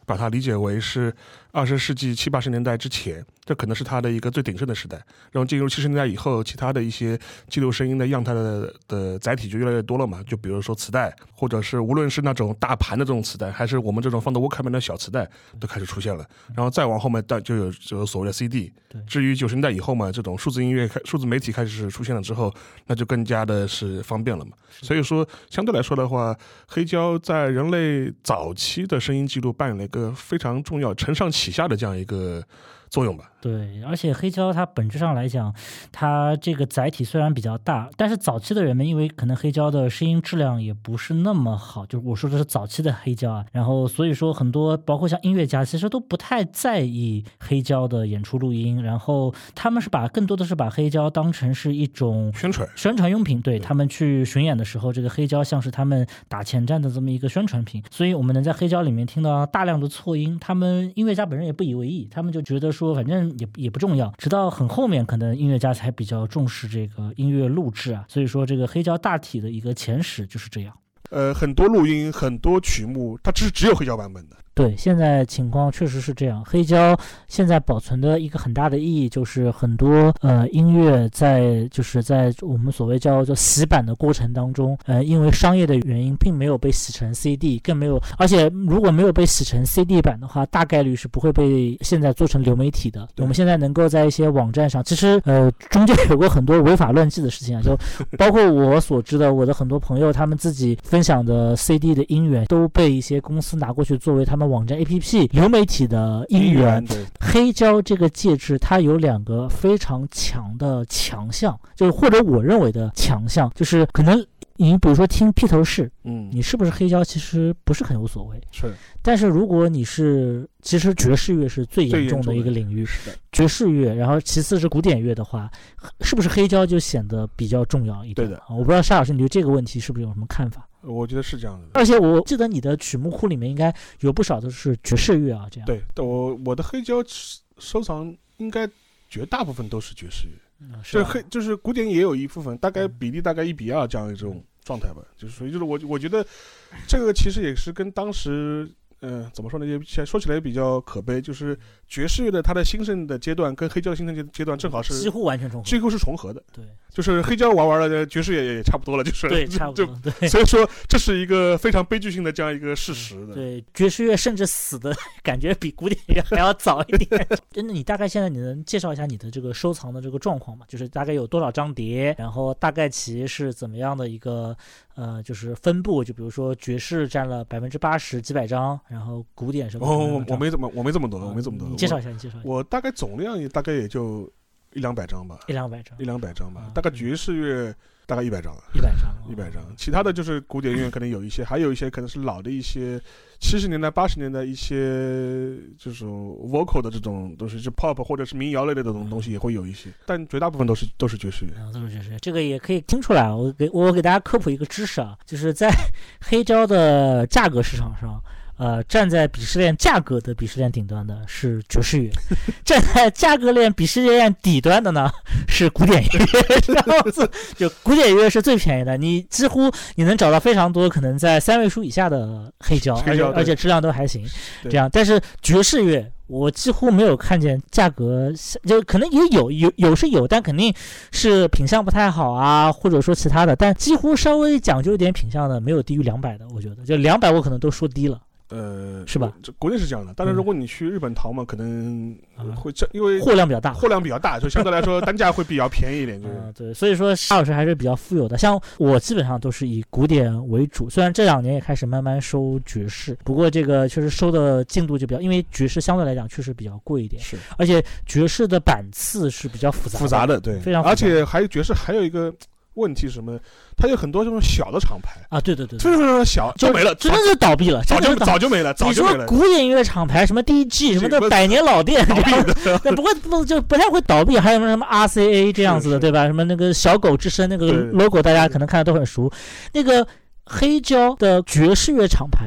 把它理解为是二十世纪七八十年代之前，这可能是它的一个最鼎盛的时代。然后进入七十年代以后，其他的一些记录声音的样态的的载体就越来越多了嘛，就比如说磁带，或者是无论是那种大盘的这种磁带，还是我们这种放到 Walkman 的小磁带，都开始出现了。然后再往后面就有就有所谓的 C D。至于九十年代以后嘛，这种数字音乐、数字媒体开始出现了之后，那就更加的是方便了嘛。所以说，相对来说的话，黑胶在人类早期的声音记录扮演了一个非常重要、承上启下的这样一个作用吧。 对，而且黑胶它本质上来讲，它这个载体虽然比较大，但是早期的人们因为可能黑胶的声音质量也不是那么好，就是我说的是早期的黑胶啊，然后所以说很多包括像音乐家其实都不太在意黑胶的演出录音，然后他们是把更多的是把黑胶当成是一种宣传宣传用品，对，他们去巡演的时候，这个黑胶像是他们打前站的这么一个宣传品，所以我们能在黑胶里面听到大量的错音，他们音乐家本人也不以为意，他们就觉得说反正也也不重要，直到很后面可能音乐家才比较重视这个音乐录制啊，所以说这个黑胶大体的一个前史就是这样。 呃，很多录音很多曲目它只只有黑胶版本的。 对，现在情况确实是这样。黑胶现在保存的一个很大的意义就是很多呃音乐在就是在我们所谓叫做洗版的过程当中，呃，因为商业的原因并没有被洗成 C D， 更没有，而且如果没有被洗成 C D 版的话，大概率是不会被现在做成流媒体的。我们现在能够在一些网站上，其实呃中间有过很多违法乱纪的事情啊，就包括我所知的，我的很多朋友他们自己分享的 C D 的音源都被一些公司拿过去作为他们网站 A P P 流媒体的音源。黑胶这个介质它有两个非常强的强项，就是或者我认为的强项，就是可能你比如说听披头士，嗯，你是不是黑胶其实不是很有所谓， 是。 但是如果你是，其实爵士乐是最严重的一个领域，爵士乐，然后其次是古典乐的话，是不是黑胶就显得比较重要一点？ 对的。 我不知道沙老师你对这个问题是不是有什么看法？ 我觉得是这样的。 而且我记得你的曲目库里面应该有不少都是爵士乐啊，这样。 对，我我的黑胶收藏应该绝大部分都是爵士乐。嗯，是黑就是古典也有一部分，大概比例大概一比二这样一种状态吧，就是属于就是我我觉得这个其实也是跟当时嗯、呃、怎么说呢，也说起来比较可悲，就是爵士乐的它的兴盛的阶段跟黑胶的兴盛阶段正好是几乎完全重合， 几乎是重合的。 对， 就是黑胶玩完了，爵士乐也差不多了，就是对，差不多。对， 所以说这是一个非常悲剧性的这样一个事实的。 对，爵士乐甚至死的感觉比古典乐还要早一点。真的，你大概现在你能介绍一下你的这个收藏的这个状况吗？就是大概有多少张碟，然后大概其是怎么样的一个呃，就是分布？就比如说爵士占了百分之八十，几百张，然后古典什么？ 哦，我没这么我没这么多，我没这么多。 你介绍一下，你介绍一下。 我大概总量也大概也就一两百张吧， 一两百张， 一两百张吧，大概爵士乐大概一百张， 一百张， 一百张，其他的就是古典乐可能有一些，还有一些可能是老的一些七十年代、八十年代一些这种 vocal 的这种东西，就 pop 或者是民谣类的这种东西也会有一些，但绝大部分都是都是爵士乐， 嗯，都是爵士乐。这个也可以听出来，我给我给大家科普一个知识啊，就是在黑胶的价格市场上。呃，站在鄙视链价格的鄙视链顶端的是爵士乐，站在价格链鄙视链底端的呢是古典乐，然后就古典乐是最便宜的，你几乎你能找到非常多可能在三位数以下的黑胶，而且而且质量都还行，这样。但是爵士乐我几乎没有看见价格，就可能也有有有是有，但肯定是品相不太好啊，或者说其他的，但几乎稍微讲究一点品相的没有低于两百的，我觉得就两百我可能都说低了。 呃， 是吧？ 这国内是这样的，但是如果你去日本淘嘛，嗯、可能会这，因为货量比较大， 货量比较大，就相对来说单价会比较便宜一点。就是嗯，对，所以说沙老师还是比较富有的。像我基本上都是以古典为主，虽然这两年也开始慢慢收爵士，不过这个确实收的进度就比较，因为爵士相对来讲确实比较贵一点， 是， 而且爵士的版次是比较复杂的， 复杂的，对， 非常复杂， 而且还有爵士还有一个。问题是什么？它有很多这种小的厂牌啊，对对对， 非常非常小，就没了， 真的是倒闭了， 早就早就没了，早就没了。 你说古典音乐厂牌什么 D G 什么的百年老店， 倒闭的， 不过不就不太会倒闭。还有什么 R C A 这样子的，对吧？什么那个小狗之声那个 logo， 大家可能看的都很熟。那个黑胶的爵士乐厂牌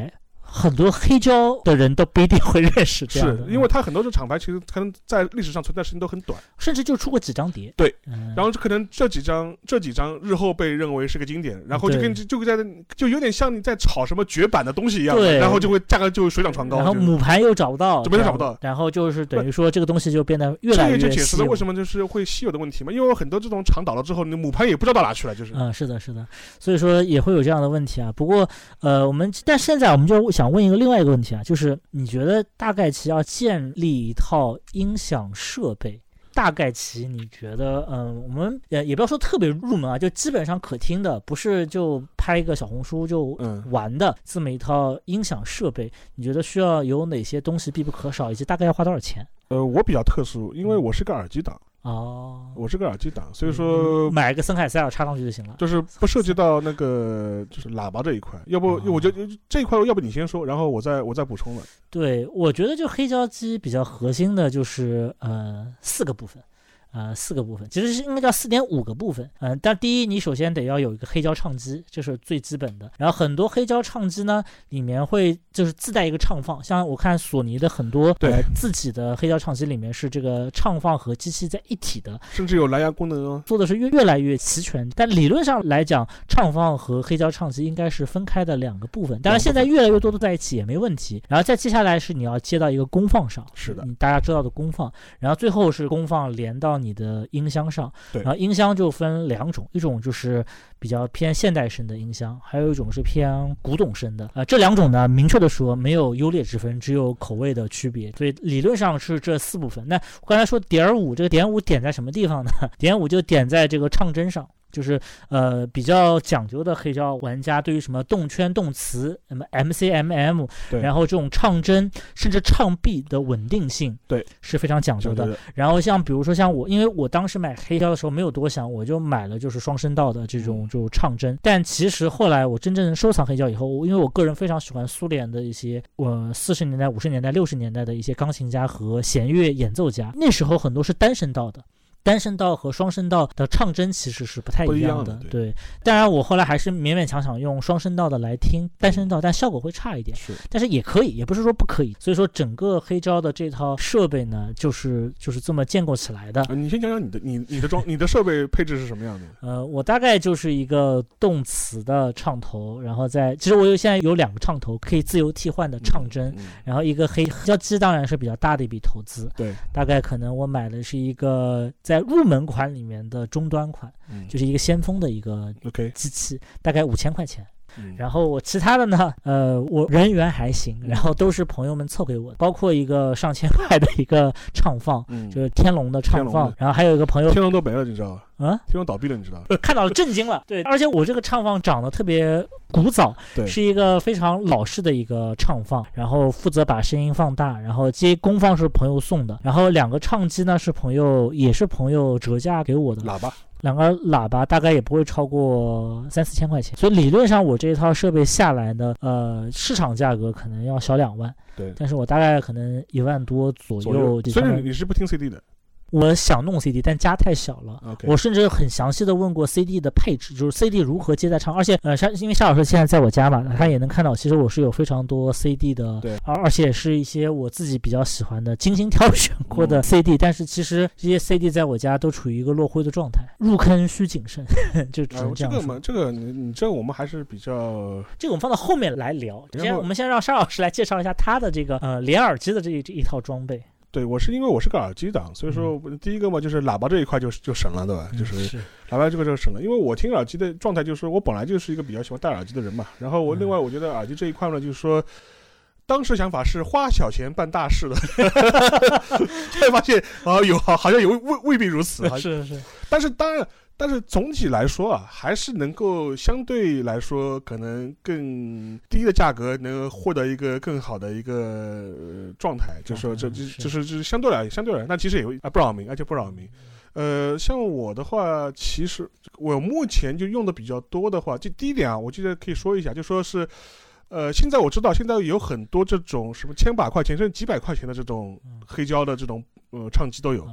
很多黑胶的人都不一定会认识这样的， 是因为它很多的厂牌其实可能在历史上存在时间都很短， 甚至就出过几张碟。 对， 嗯、 然后可能这几张这几张日后被认为是个经典，然后就跟就在就有点像你在炒什么绝版的东西一样，然后就会价格就水涨船高， 然后母盘又找不到， 怎么又找不到， 然后就是等于说这个东西就变得越来越稀有。 这也就解释了为什么就是会稀有的问题嘛，因为很多这种厂倒了之后，你的母盘也不知道到哪去了，就是嗯，是的，是的，所以说也会有这样的问题啊。不过呃，我们但现在我们就想问一个另外一个问题啊，就是你觉得大概其要建立一套音响设备，大概其你觉得嗯，我们也也不要说特别入门啊，就基本上可听的，不是就拍一个小红书就玩的、嗯、这么一套音响设备，你觉得需要有哪些东西必不可少，以及大概要花多少钱？ 呃，我比较特殊，因为我是个耳机党。 哦， 我是个耳机党，所以说、 嗯、买个森海塞尔插上去就行了， 就是不涉及到那个就是喇叭这一块，要不、哦、我觉得这一块要不你先说，然后我再我再补充了。 对，我觉得就黑胶机比较核心的就是呃四个部分。呃，四个部分其实是应该叫四点五个部分。嗯、呃，但第一，你首先得要有一个黑胶唱机，这是最基本的。然后很多黑胶唱机呢，里面会就是自带一个唱放，像我看索尼的很多呃自己的黑胶唱机里面是这个唱放和机器在一体的， 甚至有蓝牙功能哦， 做的是越越来越齐全。但理论上来讲，唱放和黑胶唱机应该是分开的两个部分。当然，现在越来越多都在一起也没问题。然后再接下来是你要接到一个功放上， 是的， 你大家知道的功放。然后最后是功放连到你的音箱上， 对， 然后音箱就分两种，一种就是比较偏现代声的音箱，还有一种是偏古董声的。呃，这两种呢，明确的说没有优劣之分，只有口味的区别。所以理论上是这四部分。那我刚才说点五，这个点五点在什么地方呢？点五就点在这个唱针上。就是呃比较讲究的黑胶玩家对于什么动圈动磁什么 M C M M 然后这种唱针甚至唱臂的稳定性对是非常讲究的。 对对对， 然后像比如说像我，因为我当时买黑胶的时候没有多想，我就买了就是双声道的这种就唱针、嗯、但其实后来我真正收藏黑胶以后，因为我个人非常喜欢苏联的一些呃四十年代五十年代六十年代的一些钢琴家和弦乐演奏家，那时候很多是单声道的，单声道和双声道的唱针其实是不太一样的， 不一样的对, 对。当然我后来还是勉勉强强用双声道的来听单声道，但效果会差一点， 是， 但是也可以，也不是说不可以。所以说整个黑胶的这套设备呢，就是就是这么建构起来的。 呃、你先讲讲你的你你的装你的设备配置是什么样的？ 呃，我大概就是一个动磁的唱头，然后在其实我有现在有两个唱头可以自由替换的唱针， 嗯嗯、 然后一个黑胶机当然是比较大的一笔投资， 对， 大概可能我买的是一个在入门款里面的终端款，嗯、就是一个先锋的一个机器， okay. 大概五千块钱。 嗯、 然后我其他的呢，呃，我人缘还行，然后都是朋友们凑给我的，包括一个上千块的一个唱放，嗯、就是天龙的唱放，然后还有一个朋友， 天龙都没了，你知道吧？ 啊， 天龙倒闭了，你知道？ 看到了，震惊了。对，而且我这个唱放长得特别古早，是一个非常老式的一个唱放，然后负责把声音放大，然后接功放是朋友送的，然后两个唱机呢是朋友也是朋友折价给我的， 喇叭。 两个喇叭大概也不会超过三四千块钱，所以理论上我这一套设备下来呢，呃，市场价格可能要小两万， 对， 但是我大概可能一万多左右。 左右所以你是不听 C D 的？ 我想弄 C D， 但家太小了。 Okay. 我甚至很详细的问过 C D 的配置，就是 C D 如何接在唱，而且呃，沙因为沙老师现在在我家嘛，他也能看到，其实我是有非常多 C D 的， 对， 而而且也是一些我自己比较喜欢的、精心挑选过的 C D，、嗯、但是其实这些 C D 在我家都处于一个落灰的状态，入坑需谨慎，就只能这样说。 呃、这个嘛，这个你你这我们还是比较， 这个我们放到后面来聊。先我们先让沙老师来介绍一下他的这个呃连耳机的这一这一套装备。 对，我是因为我是个耳机党，所以说第一个嘛就是喇叭这一块就就省了，对吧？ 嗯、 就是喇叭这个就省了，因为我听耳机的状态就是我本来就是一个比较喜欢戴耳机的人嘛，然后我另外我觉得耳机这一块呢，就是说当时想法是花小钱办大事的，现在发现啊有好像有未未必如此， 是是， 但是当然。但是总体来说啊，还是能够相对来说可能更低的价格能获得一个更好的一个、呃、状态，就是说这就是就是相对来相对来，那其实也有啊不扰民，而且不扰民。呃，像我的话，其实我目前就用的比较多的话，就第一点啊，我记得可以说一下，就说是。呃，现在我知道，现在有很多这种什么千把块钱甚至几百块钱的这种黑胶的这种呃唱机都有。 啊，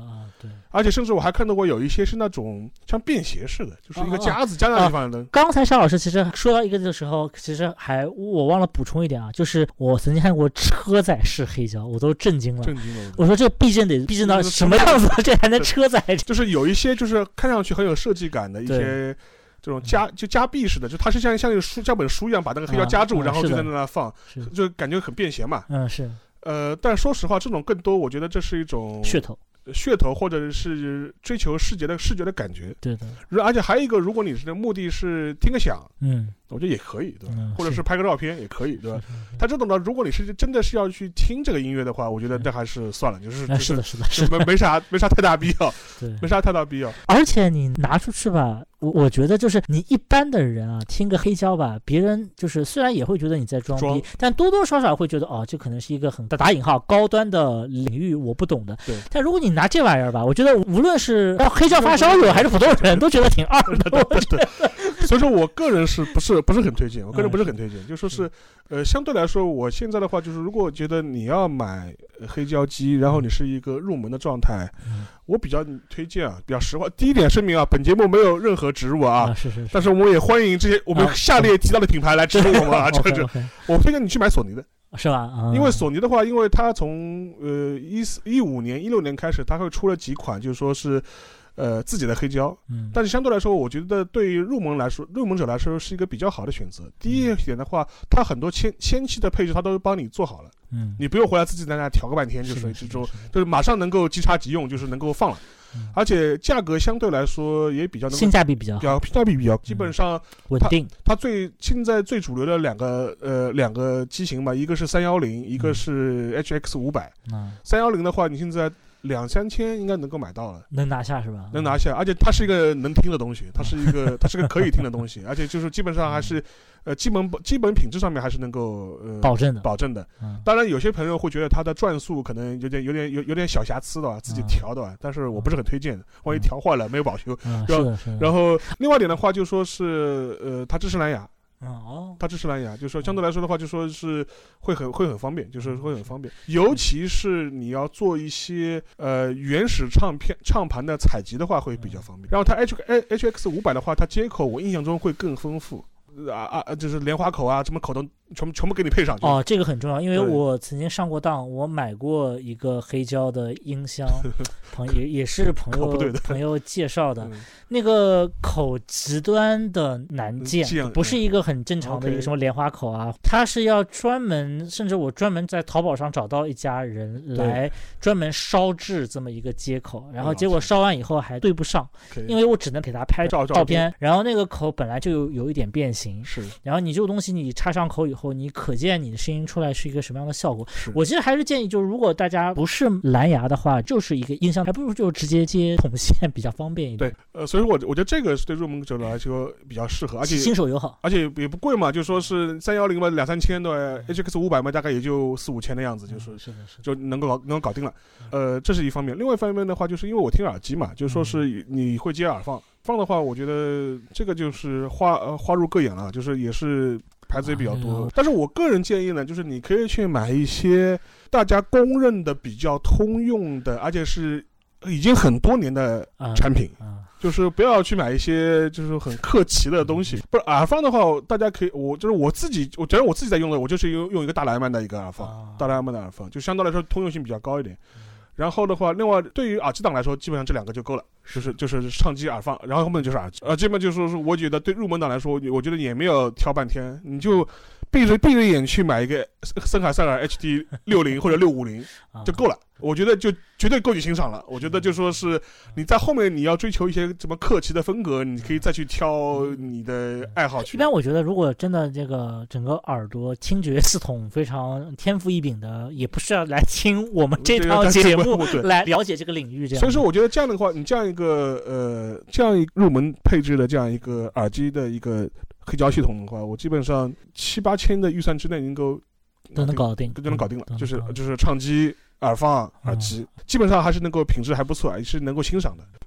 对， 而且甚至我还看到过有一些是那种像便携式的，就是一个夹子夹在地方的。 啊、刚才沙老师其实说到一个的时候，其实还我忘了补充一点啊，就是我曾经看过车载式黑胶，我都震惊了。 震惊了！ 我说这避震得避震到什么样子，这还能车载？ 就是有一些就是看上去很有设计感的一些。这种夹就夹壁式的，就它是像像那个书夹本书一样把那个黑胶夹住， 啊、 然后就在那放，就感觉很便携嘛。 嗯，是。 呃，但说实话，这种更多，我觉得这是一种噱头。 噱头，或者是追求视觉的视觉的感觉。 对的。 而且还有一个，如果你是目的是听个响， 嗯， 我觉得也可以，对吧？ 嗯、 或者是拍个照片也可以，对吧？它这种呢，如果你是真的是要去听这个音乐的话，我觉得这还是算了，就是、 嗯、是的，是的，是的， 没没啥没啥太大必要， 对， 没啥太大必要。 而且你拿出去吧，我我觉得就是你一般的人啊，听个黑胶吧，别人就是虽然也会觉得你在装逼， 装但多多少少会觉得哦，这可能是一个很打引号高端的领域，我不懂的。 对。 但如果你拿这玩意儿吧，我觉得无论是黑胶发烧友还是普通人都觉得挺二的。 对对对。所以说我个人是不是不是很推荐，我个人不是很推荐，嗯、就说是，呃，相对来说，我现在的话就是，如果觉得你要买黑胶机，然后你是一个入门的状态， 嗯、 我比较推荐啊，比较实话。第一点声明啊，本节目没有任何植入啊， 啊是是是， 但是我们也欢迎这些我们下列提到的品牌来植入我们啊，这这，我推荐你去买索尼的。 是吧？嗯、 因为索尼的话，因为它从呃一四一五年、一六年开始，它会出了几款，就是说是。呃，自己的黑胶， 嗯， 但是相对来说，我觉得对于入门来说，入门者来说是一个比较好的选择。第一点的话，它很多前前期的配置，它都帮你做好了， 嗯， 你不用回来自己在那调个半天，就是这种，就是马上能够即插即用，就是能够放了， 嗯、 而且价格相对来说也比较能性价比比较好，性价比比较，基本上稳定。 它最现在最主流的两个呃两个机型吧，一个是三幺零，一个是 H X 五百。 嗯， 三幺零的话，你现在。两三千应该能够买到了， 能拿下是吧？ 能拿下，而且它是一个能听的东西，它是一个它是个可以听的东西，而且就是基本上还是，呃，基本基本品质上面还是能够呃保证的， 保证的。 嗯、 当然，有些朋友会觉得它的转速可能有点有点有有点小瑕疵的，自己调的，嗯、但是我不是很推荐的，万一调坏了没有保修。 嗯、 然后是的是的然后另外一点的话，就说是呃，它支持蓝牙。 哦， 它支持蓝牙，就是说相对来说的话，就说是会很会很方便，就是会很方便，尤其是你要做一些呃原始唱片唱盘的采集的话，会比较方便。然后它 H H X 五百的话，它接口我印象中会更丰富。啊啊，就是莲花口啊，什么口都全部全部给你配上去。 哦，这个很重要，因为我曾经上过当，我买过一个黑胶的音箱，朋也也是朋友朋友介绍的， 嗯、 那个口极端的难见， 嗯、 不是一个很正常的一个什么莲花口啊，嗯、它是要专门，甚至我专门在淘宝上找到一家人来专门烧制这么一个接口，然后结果烧完以后还对不上，因为我只能给他拍照照片，然后那个口本来就有有一点变形。 是， 然后你这个东西你插上口以后，你可见你的声音出来是一个什么样的效果。我其实还是建议，就是如果大家不是蓝牙的话，就是一个音箱，还不如就直接接筒线比较方便一点。 对，呃，所以说我我觉得这个是对入门者来说比较适合，而且新手友好， 而且也不贵嘛，就说是三幺零嘛，两三千的 H X 五百嘛，大概也就四五千的样子，就是是的是就能够搞能够搞定了。呃，这是一方面，另外一方面的话，就是因为我听耳机嘛，就说是你会接耳放。放的话，我觉得这个就是花呃花入各眼了，就是也是牌子也比较多。哎、但是我个人建议呢，就是你可以去买一些大家公认的、比较通用的，而且是已经很多年的产品。 嗯嗯、 就是不要去买一些就是很客奇的东西。不是耳放的话，大家可以，我就是我自己，我觉得我自己在用的，我就是用用一个大蓝曼的一个耳放，啊、大蓝曼的耳放，就相对来说通用性比较高一点。然后的话，另外对于耳机党来说，基本上这两个就够了，就是就是唱机耳放，然后后面就是耳机，啊，基本就是说，我觉得对入门党来说，我觉得也没有挑半天，你就闭着闭着眼去买一个森海塞尔 H D 六零或者六五零就够了，我觉得就绝对够你欣赏了。我觉得就说是你在后面你要追求一些什么客奇的风格，你可以再去挑你的爱好去。 一般我觉得，如果真的这个整个耳朵听觉系统非常天赋异禀的，也不是要来听我们这套节目来了解这个领域这样。 所以说，我觉得这样的话，你这样一个呃这样一入门配置的这样一个耳机的一个黑胶系统的话，我基本上七八千的预算之内能够都能搞定， 就能搞定了，就是就是唱机、耳放、耳机，基本上还是能够品质还不错，也是能够欣赏的。 不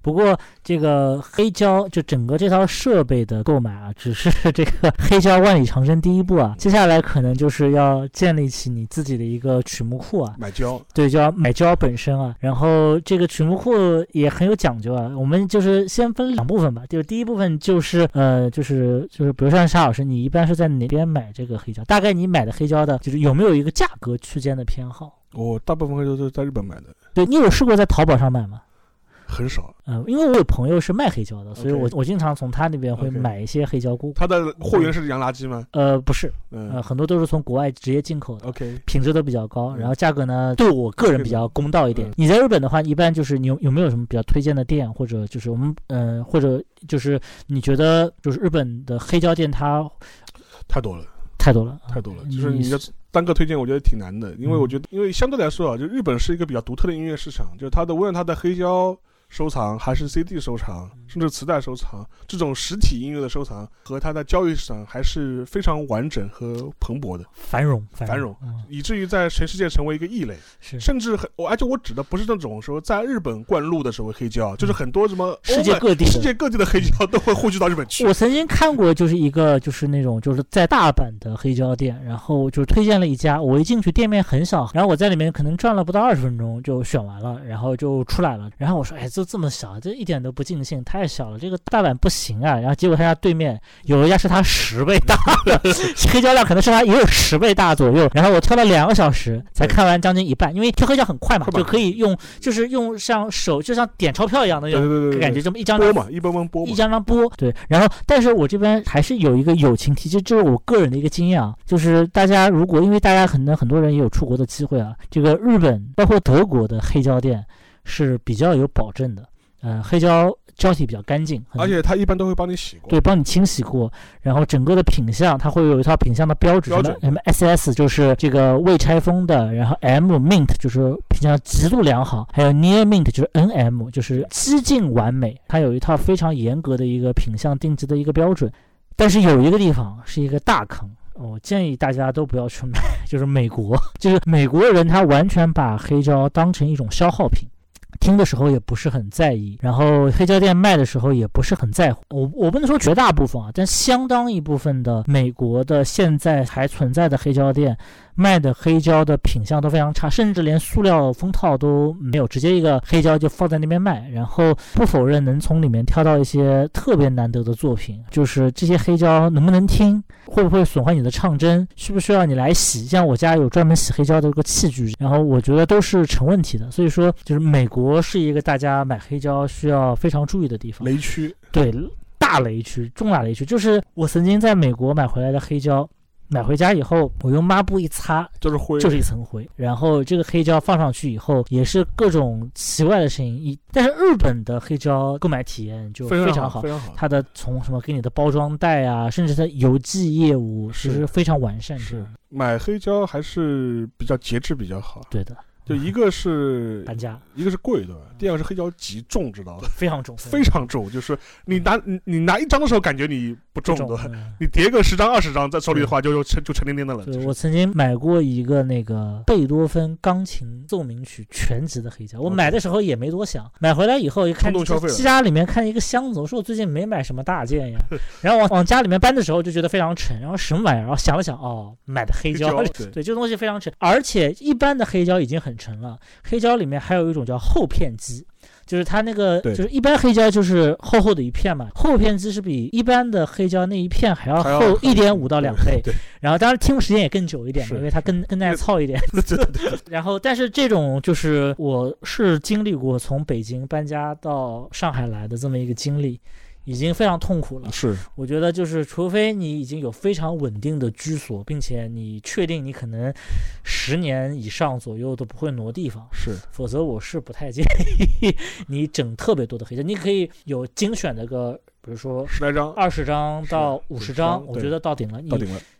不过这个黑胶就整个这套设备的购买啊，只是这个黑胶万里长征第一步啊，接下来可能就是要建立起你自己的一个曲目库啊， 买胶， 对，就要买胶本身啊。然后这个曲目库也很有讲究啊，我们就是先分两部分吧，就是第一部分就是呃，就是就是比如像沙老师，你一般是在哪边买这个黑胶？大概你买的黑胶的，就是有没有一个价格区间的偏好？ 我大部分黑胶都是在日本买的。 对，你有试过在淘宝上买吗？ 很少， 嗯，因为我有朋友是卖黑胶的，所以我 Okay. 我经常从他那边会买一些黑胶锅。 他的货源是洋垃圾吗？ 呃，不是， 嗯、 呃，很多都是从国外直接进口的。 OK， 品质都比较高，然后价格呢，对我个人比较公道一点。 嗯、 你在日本的话，一般就是你有有没有什么比较推荐的店，或者就是我们嗯、呃，或者就是你觉得就是日本的黑胶店它太多了。 太多了， 太多了，就是你要单个推荐，我觉得挺难的，因为我觉得，因为相对来说啊，就日本是一个比较独特的音乐市场，就是它的无论它的黑胶收藏，还是 C D 收藏，甚至磁带收藏，这种实体音乐的收藏和它的交易市场还是非常完整和蓬勃的， 繁荣繁荣， 嗯、 以至于在全世界成为一个异类， 是甚至很，而且我指的不是那种说在日本灌录的时候黑胶，嗯、就是很多什么世界各地世界各地的黑胶都会汇聚到日本去。 我曾经看过，就是一个就是那种就是在大阪的黑胶店，然后就推荐了一家，我一进去店面很小，然后我在里面可能转了不到二十分钟就选完了，然后就出来了，然后我说，哎，就这么小，这一点都不尽兴，太小了，这个大阪不行啊。然后结果他家对面有一家是他十倍大的黑胶量，可能是他也有十倍大左右。然后我挑了两个小时才看完将近一半，因为挑黑胶很快嘛，就可以用就是用像手就像点钞票一样的那种感觉，这么一张张播嘛，一波波播嘛， 一张张播。对，然后但是我这边还是有一个友情提，就这是我个人的一个经验啊，就是大家如果因为大家可能很多人也有出国的机会啊，这个日本包括德国的黑胶店是比较有保证的。呃，黑胶胶体比较干净， 而且它一般都会帮你洗过， 对，帮你清洗过。然后整个的品相，它会有一套品相的标志， 标准什么 S S 就是这个未拆封的，然后 M Mint 就是品相极度良好，还有 Near Mint 就是 N M 就是几近完美。它有一套非常严格的一个品相定制的一个标准。但是有一个地方是一个大坑。我建议大家都不要去买，就是美国，就是美国人他完全把黑胶当成一种消耗品。听的时候也不是很在意，然后黑胶店卖的时候也不是很在乎。我我不能说绝大部分啊，但相当一部分的美国的现在还存在的黑胶店卖的黑胶的品相都非常差，甚至连塑料封套都没有，直接一个黑胶就放在那边卖。然后不否认能从里面挑到一些特别难得的作品，就是这些黑胶能不能听，会不会损坏你的唱针，需不需要你来洗，像我家有专门洗黑胶的一个器具，然后我觉得都是成问题的。所以说就是美国是一个大家买黑胶需要非常注意的地方， 雷区， 对，大雷区，重大雷区。就是我曾经在美国买回来的黑胶，买回家以后我用抹布一擦就是灰， 就是一层灰。然后这个黑胶放上去以后也是各种奇怪的声音。但是日本的黑胶购买体验就非常好， 非常好， 它的从什么给你的包装袋啊，甚至它邮寄业务其实非常完善。 是买黑胶还是比较节制比较好。 对的， 就一个是搬家， 一个是贵的，第二个是黑胶极重，知道吧？ 非常重， 非常重，就是你拿你你拿一张的时候感觉你不重的， 嗯、 你叠个十张二十张在手里的话就就沉就沉甸甸的了。 对，我曾经买过一个那个贝多芬钢琴奏鸣曲全集的黑胶，我买的时候也没多想，买回来以后一看，家里面看一个箱子，我说我最近没买什么大件呀，然后往往家里面搬的时候就觉得非常沉，然后什么玩意儿？然后想了想，哦，买的黑胶， 黑胶对, 对，这个东西非常沉，而且一般的黑胶已经很沉了，黑胶里面还有一种叫厚片机。就是它那个，就是一般黑胶就是厚厚的一片嘛，厚片机是比一般的黑胶那一片还要厚一点五到两倍，然后当然听的时间也更久一点，因为它更更耐操一点。然后，但是这种就是我是经历过从北京搬家到上海来的这么一个经历。已经非常痛苦了， 是， 我觉得就是除非你已经有非常稳定的居所，并且你确定你可能十年以上左右都不会挪地方， 是， 否则我是不太建议你整特别多的黑胶。你可以有精选的个，比如说十来张、 二十张到五十张，我觉得到顶了。 到顶了。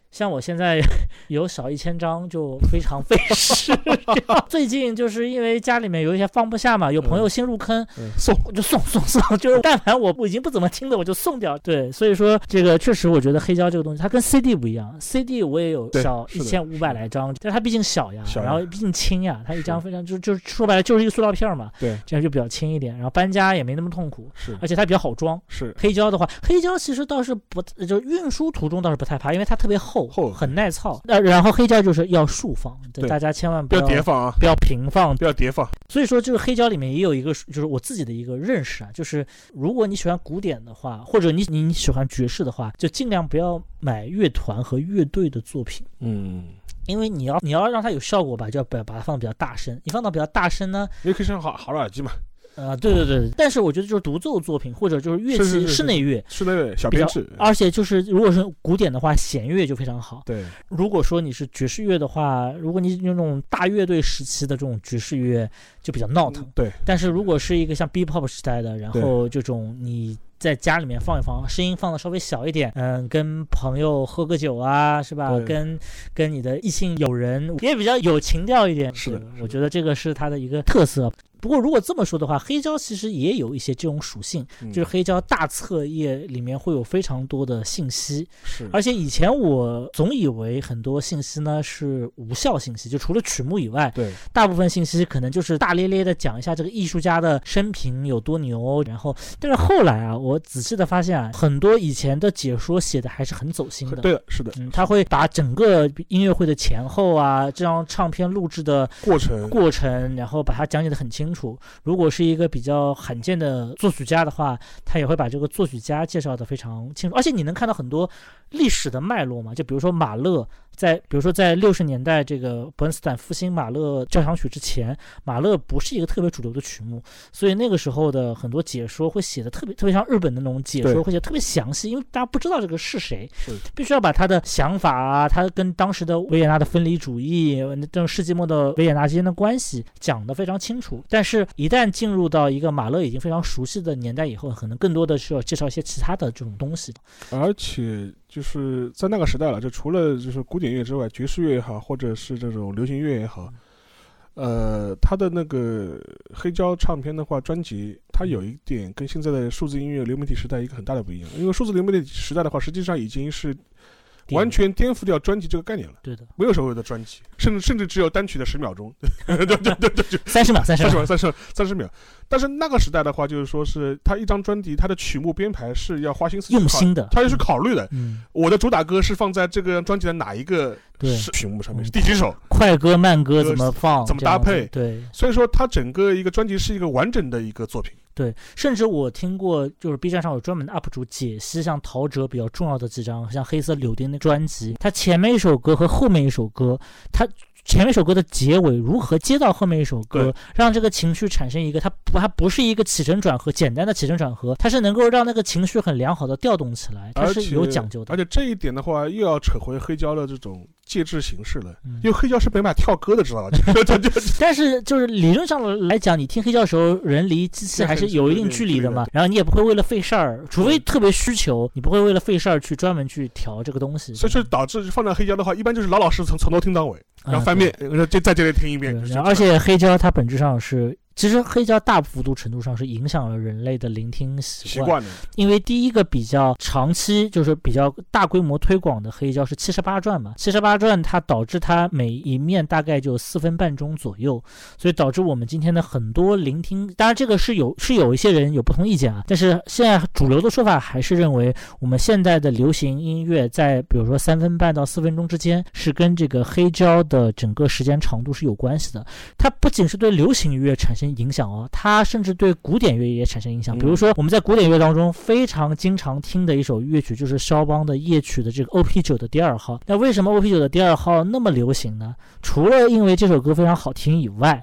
像我现在有少一千张就非常费事。最近就是因为家里面有一些放不下嘛，有朋友新入坑， 嗯嗯、送我就送送送，就是但凡我已经不怎么听的我就送掉。对，所以说这个确实我觉得黑胶这个东西它跟 C D 不一样 ，C D 我也有小一千五百来张，但它毕竟小呀， 小呀然后毕竟轻呀，它一张非常就就说白了就是一个塑料片嘛， 对， 这样就比较轻一点，然后搬家也没那么痛苦， 是， 而且它比较好装。 是黑胶的话，黑胶其实倒是不就运输途中倒是不太怕，因为它特别厚， 厚很耐操。呃，然后黑胶就是要竖放， 对， 大家千万不要叠放啊， 不要平放， 不要叠放。 所以说，这个黑胶里面也有一个，就是我自己的一个认识啊，就是如果你喜欢古典的话，或者你你你喜欢爵士的话，就尽量不要买乐团和乐队的作品。 嗯。 因为你要你要让它有效果吧，就要把把它放得比较大声。你放到比较大声呢， 因为可以上好好的耳机嘛。 呃，对对对，但是我觉得就是独奏作品或者就是乐器， 是是是是室内乐， 室内乐小编制， 而且就是如果是古典的话，弦乐就非常好。 对， 如果说你是爵士乐的话，如果你用那种大乐队时期的这种爵士乐，就比较闹腾。 嗯、对， 但是如果是一个像 B-pop 时代的，然后这种你在家里面放一放，声音放的稍微小一点，嗯，跟朋友喝个酒啊，是吧？跟跟你的异性友人也比较有情调一点。 是的， 我觉得这个是它的一个特色。不过如果这么说的话，黑胶其实也有一些这种属性， 嗯、 就是黑胶大册页里面会有非常多的信息， 是。 而且以前我总以为很多信息呢是无效信息，就除了曲目以外， 对， 大部分信息可能就是大咧咧的讲一下这个艺术家的生平有多牛，然后但是后来啊，我仔细的发现啊，很多以前的解说写的还是很走心的， 对的，是的， 嗯，他会把整个音乐会的前后啊，这张唱片录制的过程过程，然后把它讲解的很清楚。如果是一个比较罕见的作曲家的话，他也会把这个作曲家介绍的非常清楚，而且你能看到很多历史的脉络嘛，就比如说马勒在比如说在六十年代这个伯恩斯坦复兴马勒交响曲之前，马勒不是一个特别主流的曲目，所以那个时候的很多解说会写的特别特别像日本的那种解说，会写特别详细，因为大家不知道这个是谁，必须要把他的想法啊，他跟当时的维也纳的分离主义这种世纪末的维也纳之间的关系讲得非常清楚。但是一旦进入到一个马勒已经非常熟悉的年代以后，可能更多的是要介绍一些其他的这种东西。 而且就是在那个时代了，就除了就是古典乐之外，爵士乐也好，或者是这种流行乐也好，呃，它的那个黑胶唱片的话，专辑它有一点跟现在的数字音乐流媒体时代一个很大的不一样，因为数字流媒体时代的话，实际上已经是完全颠覆掉专辑这个概念了。 对的， 没有所谓的专辑，甚至甚至只有单曲的十秒钟，对对对对对， 三十秒，三十秒， 三十秒，三十秒。但是那个时代的话，就是说是他一张专辑，他的曲目编排是要花心思用心的， 他也是考虑的。 嗯， 我的主打歌是放在这个专辑的哪一个曲目上面，是第几首？ 快歌慢歌怎么放？ 怎么搭配？ 对， 所以说它整个一个专辑是一个完整的一个作品。 对，甚至我听过，就是 B 站上有专门的 U P 主解析像陶喆比较重要的几张，像黑色柳丁的专辑，它前面一首歌和后面一首歌，它前面一首歌的结尾如何接到后面一首歌，让这个情绪产生一个它不它不是一个起承转合简单的起承转合，它是能够让那个情绪很良好的调动起来，它是有讲究的。 而且这一点的话又要扯回黑胶的这种介质形式了，嗯、因为黑胶是没办法跳歌的，知道吧？ 但是就是理论上来讲，你听黑胶的时候，人离机器还是有一定距离的嘛，然后你也不会为了费事儿，除非特别需求，你不会为了费事儿去专门去调这个东西。 所以说导致放在黑胶的话，一般就是老老实实从从头听到尾，然后翻面，然后就再接着听一遍。 而且黑胶它本质上是。其实黑胶大幅度程度上是影响了人类的聆听习惯，因为第一个比较长期就是比较大规模推广的黑胶是七十八转嘛，七十八转它导致它每一面大概就四分半钟左右，所以导致我们今天的很多聆听，当然这个是有是有一些人有不同意见啊，但是现在主流的说法还是认为我们现在的流行音乐在比如说三分半到四分钟之间是跟这个黑胶的整个时间长度是有关系的，它不仅是对流行音乐产生影响哦，它甚至对古典乐也产生影响。比如说我们在古典乐当中非常经常听的一首乐曲就是肖邦的夜曲的这个 O P 九 的第二号。那为什么 O P 九 的第二号那么流行呢？除了因为这首歌非常好听以外，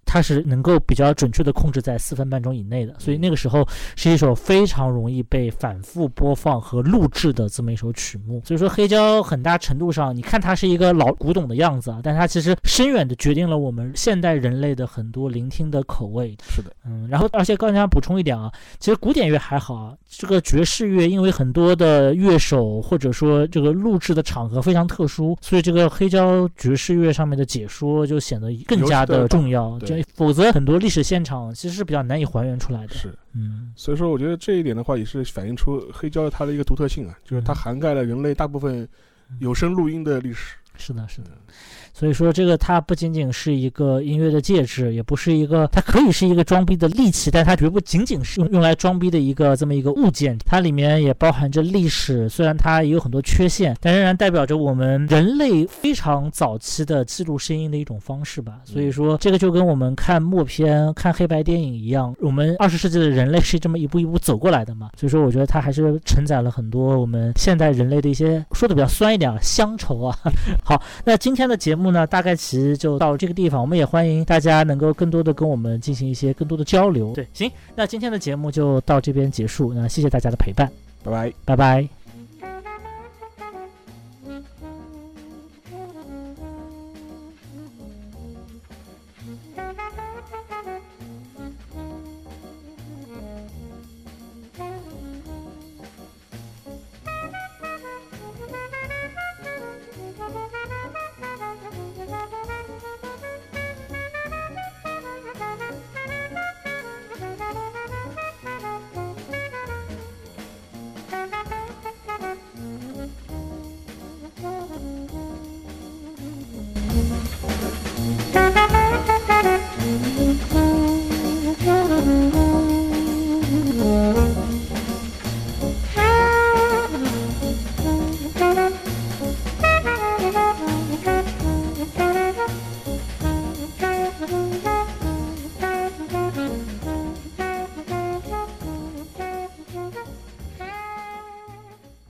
它是能够比较准确的控制在四分半钟以内的，所以那个时候是一首非常容易被反复播放和录制的这么一首曲目。所以说黑胶很大程度上，你看它是一个老古董的样子啊，但它其实深远的决定了我们现代人类的很多聆听的口味。 是的， 嗯，然后而且刚才补充一点啊，其实古典乐还好啊，这个爵士乐因为很多的乐手或者说这个录制的场合非常特殊，所以这个黑胶爵士乐上面的解说就显得更加的重要，就否则很多历史现场其实是比较难以还原出来的。 是， 嗯， 所以说我觉得这一点的话也是反映出黑胶它的一个独特性啊，就是它涵盖了人类大部分有声录音的历史。 是的，是的。所以说这个它不仅仅是一个音乐的介质，也不是一个，它可以是一个装逼的利器，但它绝不仅仅是用用来装逼的一个这么一个物件，它里面也包含着历史，虽然它也有很多缺陷，但仍然代表着我们人类非常早期的记录声音的一种方式吧。所以说这个就跟我们看默片看黑白电影一样，我们二十世纪的人类是这么一步一步走过来的嘛。所以说我觉得它还是承载了很多我们现代人类的一些，说的比较酸一点，乡愁啊。好，那今天的节目呢大概其实就到这个地方，我们也欢迎大家能够更多的跟我们进行一些更多的交流。对，行，那今天的节目就到这边结束，那谢谢大家的陪伴， 拜拜， 拜拜。